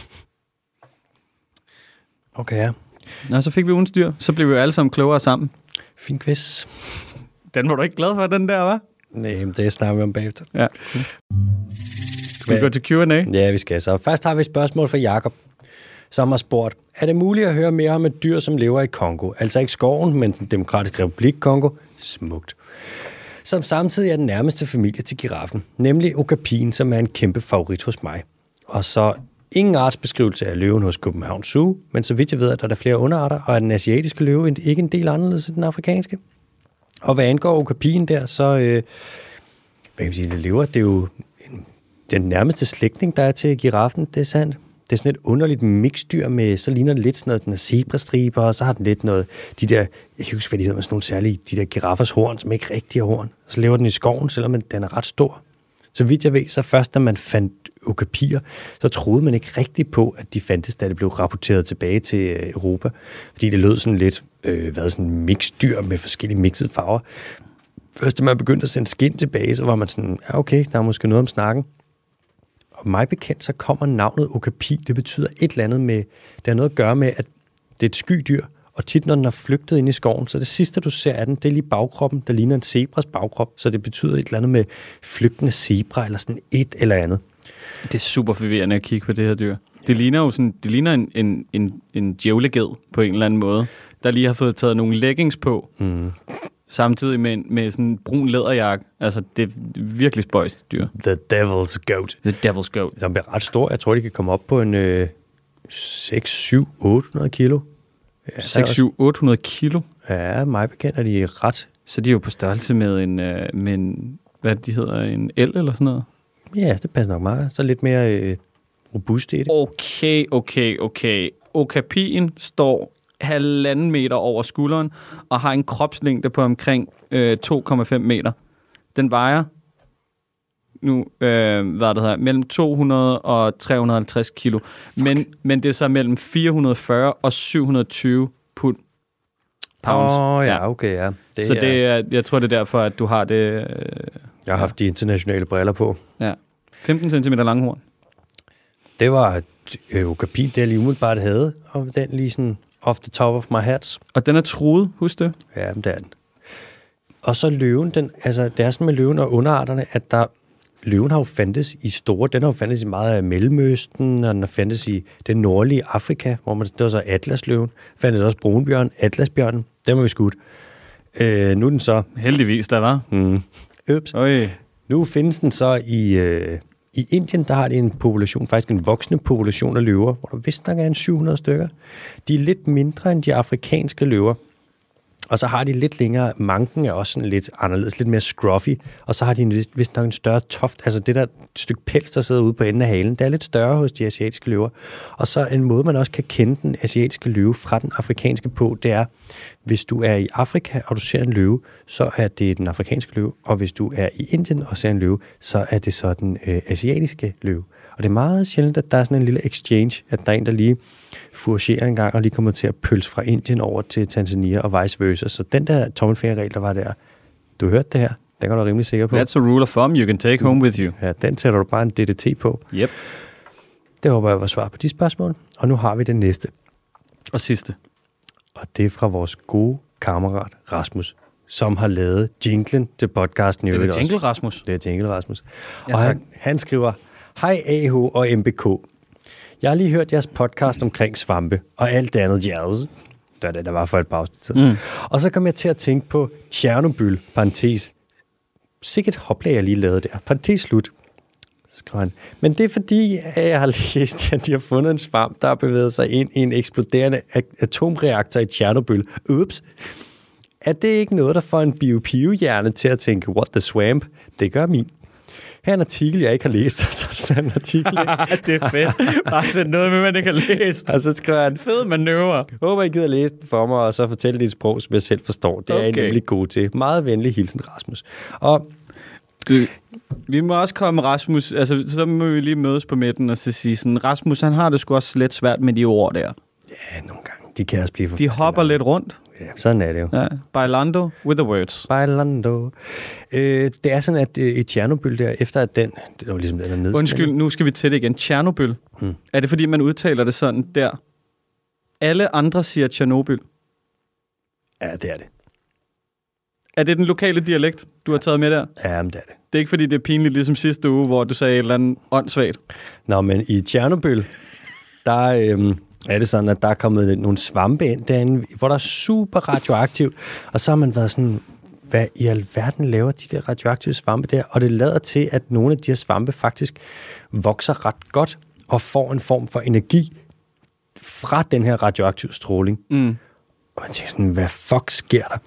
Okay, ja. Nå, så fik vi ugens dyr. Så blev vi jo alle sammen klogere sammen. Fin quiz. Den var du ikke glad for, den der, hva'? Nej, det snakker vi om bagefter. Ja. Skal vi gå til Q&A? Ja, vi skal. Så først har vi et spørgsmål fra Jakob, som har spurgt, er det muligt at høre mere om et dyr, som lever i Kongo? Altså ikke skoven, men den demokratiske republik Kongo. Smukt. Som samtidig er den nærmeste familie til giraffen, nemlig okapien, som er en kæmpe favorit hos mig. Og så ingen artsbeskrivelse af løven hos København Zoo, men så vidt jeg ved, at der er flere underarter, og er den asiatiske løve ikke en del anderledes end den afrikanske. Og hvad angår okapien der, så hvad kan man sige, det er jo den nærmeste slægtning, der er til giraffen, det er sandt. Det er sådan et underligt mixdyr med, så ligner det lidt sådan noget, den er zebrastriber, og så har den lidt noget, de der, jeg kan ikke huske, hvad de hedder, med sådan nogle særlige, de der giraffers horn, som ikke rigtig er horn. Så lever den i skoven, selvom den er ret stor. Så vidt jeg ved, så først da man fandt okapier, så troede man ikke rigtigt på, at de fandtes, da det blev rapporteret tilbage til Europa. Fordi det lød sådan lidt, sådan en mixdyr med forskellige mixede farver. Først da man begyndte at sende skin tilbage, så var man sådan, ja okay, der er måske noget om snakken. Og mig bekendt, så kommer navnet okapi. Det betyder et eller andet med, det har noget at gøre med, at det er et skydyr, og tit når den har flygtet ind i skoven, så det sidste du ser af den, det er lige bagkroppen, der ligner en zebras bagkrop, så det betyder et eller andet med flygtende zebra, eller sådan et eller andet. Det er super forvirrende at kigge på det her dyr. Det ligner jo sådan, det ligner en djævleged på en eller anden måde, der lige har fået taget nogle leggings på, samtidig med sådan en brun læderjakke. Altså, det er virkelig spøjst dyr. The devil's goat. The devil's goat. Den bliver ret stor. Jeg tror, de kan komme op på en 6, 7, 800 kilo. Ja, 6, 7, 800 kilo? Ja, mig bekendt er de ret. Så de er jo på størrelse med en hvad de hedder, en el eller sådan noget? Ja, det passer nok meget. Så lidt mere robust i det. Okay. Okapien står 1,5 meter over skulderen og har en kropslængde på omkring 2,5 meter. Den vejer nu, mellem 200 og 350 kilo. Men det er så mellem 440 og 720 pund. Pounds. Ja, okay, ja. Så det er, jeg tror, det er derfor, at du har det... Jeg har haft de internationale briller på. Ja. 15 cm langhorn. Det var okapien, det jeg lige umiddelbart havde, og den lige sådan off the top of my head. Og den er truet, husk det? Ja, det er den. Og så løven, det er sådan med løven og underarterne, at løven har jo fandtes i store, den har jo fandtes i meget af Mellemøsten, og den har fandtes i det nordlige Afrika, hvor det var så atlasløven, fandtes også brunbjørn, atlasbjørnen, den var vi skudt. Nu er den så... Heldigvis, der var. Ups. Nu findes den så i Indien, der har de en population, faktisk en voksende population af løver, hvor der vist nok er en 700 stykker. De er lidt mindre end de afrikanske løver. Og så har de lidt længere, manken er også sådan lidt anderledes, lidt mere scruffy, og så har de vist nok en større toft, altså det der stykke pels, der sidder ude på enden af halen, det er lidt større hos de asiatiske løver. Og så en måde, man også kan kende den asiatiske løve fra den afrikanske på, det er, hvis du er i Afrika, og du ser en løve, så er det den afrikanske løve, og hvis du er i Indien og ser en løve, så er det så den asiatiske løve. Og det er meget sjældent, at der er sådan en lille exchange, at der er en, der lige fouragerer en gang, og lige kommer til at pølse fra Indien over til Tanzania og vice versa. Så den der tommelfingerregel, der var der, du hørte det her, den kan du være rimelig sikker på. That's a rule of thumb you can take home with you. Ja, den sætter du bare en DDT på. Yep. Det håber jeg var svar på de spørgsmål. Og nu har vi det næste. Og sidste. Og det er fra vores gode kammerat Rasmus, som har lavet jinglen til podcasten. Det er Jingle Rasmus. Det er Jingle Rasmus. Ja, og han skriver, hej AH og MBK. Jeg har lige hørt jeres podcast omkring svampe og alt det andet jazz. Det var det, der var for et par tid. Og så kom jeg til at tænke på Tjernobyl, parentes. Sikkert hoplag, jeg lige lavede der. Parentes slut. Så skriver han. Men det er fordi, at jeg har læst, at de har fundet en svamp, der har bevæget sig ind i en eksploderende atomreaktor i Tjernobyl. Ups. Er det ikke noget, der får en bio-hjerne til at tænke, what the swamp? Det gør min. Her er en artikel, jeg ikke har læst, så smider en artikel. Det er fedt. Bare sæt noget med, man ikke har læst. Og så skriver han, fed manøvre. Håber, I gider læse den for mig, og så fortælle det i et sprog, som jeg selv forstår. Det er jeg nemlig god til. Meget venlig hilsen, Rasmus. Og vi må også komme Rasmus, altså så må vi lige mødes på midten og så sige sådan, Rasmus, han har det sgu også lidt svært med de ord der. Ja, nogle gange. De kan også blive de hopper lidt rundt. Ja, sådan er det jo. Ja. Bailando with the words. Bailando. Det er sådan, at i Tjernobyl der, efter at det var ligesom den der nedskæring. Undskyld, nu skal vi til det igen. Tjernobyl. Er det fordi, man udtaler det sådan der? Alle andre siger Tjernobyl. Ja, det er det. Er det den lokale dialekt, du har taget med der? Ja, men det er det. Det er ikke fordi, det er pinligt, ligesom sidste uge, hvor du sagde et eller andet åndssvagt. Nå, men i Tjernobyl, der er det sådan, at der er kommet nogle svampe ind derinde, hvor der er super radioaktivt, og så har man været sådan, hvad i alverden laver de der radioaktive svampe der? Og det lader til, at nogle af de her svampe faktisk vokser ret godt, og får en form for energi fra den her radioaktive stråling. Og man tænker sådan, hvad fuck sker der?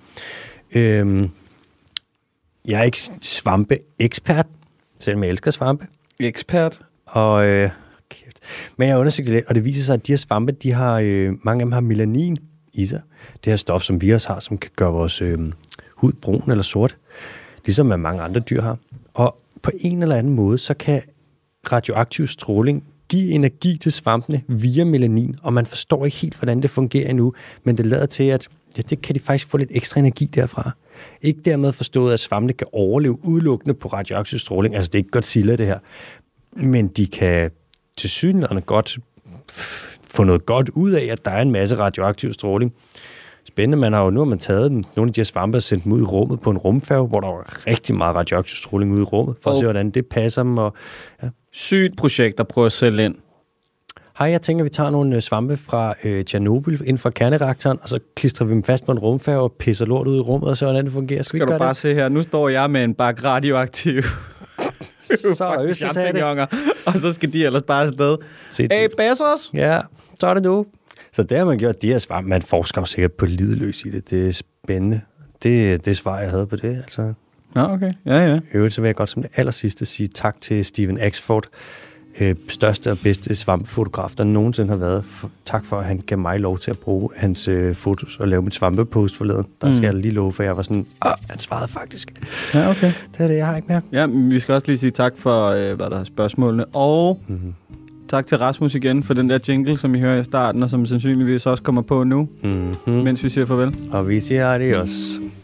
Jeg er ikke svampe-ekspert, selvom jeg elsker svampe. Ekspert. Og kæft. Men jeg undersøgte lidt, og det viser sig, at de her svampe, de har, mange af dem har melanin i sig. Det her stof, som vi også har, som kan gøre vores hud brun eller sort. Ligesom at mange andre dyr har. Og på en eller anden måde, så kan radioaktiv stråling give energi til svampene via melanin, og man forstår ikke helt, hvordan det fungerer endnu, men det lader til, at det kan de faktisk få lidt ekstra energi derfra. Ikke dermed forstået, at svampene kan overleve udelukkende på radioaktiv stråling. Altså, det er ikke Godzilla, det her. Men de kan tilsyneladende godt få noget godt ud af, at der er en masse radioaktiv stråling. Spændende, nu har man taget nogle af de her svampe og sendt dem ud i rummet på en rumfærge, hvor der var rigtig meget radioaktiv stråling ude i rummet, for at se, hvordan det passer dem. Og, ja. Sygt projekt at prøve at sælge ind. Hej, jeg tænker, vi tager nogle svampe fra Tjernobyl inden for kernereaktoren, og så klistrer vi dem fast på en rumfærge og pisser lort ud i rummet, og så hvordan det fungerer. Skal vi gøre det? Kan du bare se her, nu står jeg med en bakke radioaktiv så Øster sagde det. Og så skal de ellers bare afsted. Hey, Bezos! Ja, så er det nu. Så det har man gjort, de her svar. Man forsker jo sikkert på lideløs i det. Det er spændende. Det svar, jeg havde på det. Altså. Ja, okay. Ja. Øvrigt, så vil jeg godt som det allersidste sige tak til Steven Axford, største og bedste svampefotograf, der nogensinde har været. Tak for, at han gav mig lov til at bruge hans fotos og lave mit svampepost forleden. Der skal jeg lige love, for jeg var sådan, han svarede faktisk. Ja, okay. Det er det, jeg har ikke mere. Ja, vi skal også lige sige tak for, hvad der er spørgsmålene. Og tak til Rasmus igen for den der jingle, som I hører i starten, og som sandsynligvis også kommer på nu, mens vi siger farvel. Og vi siger adios.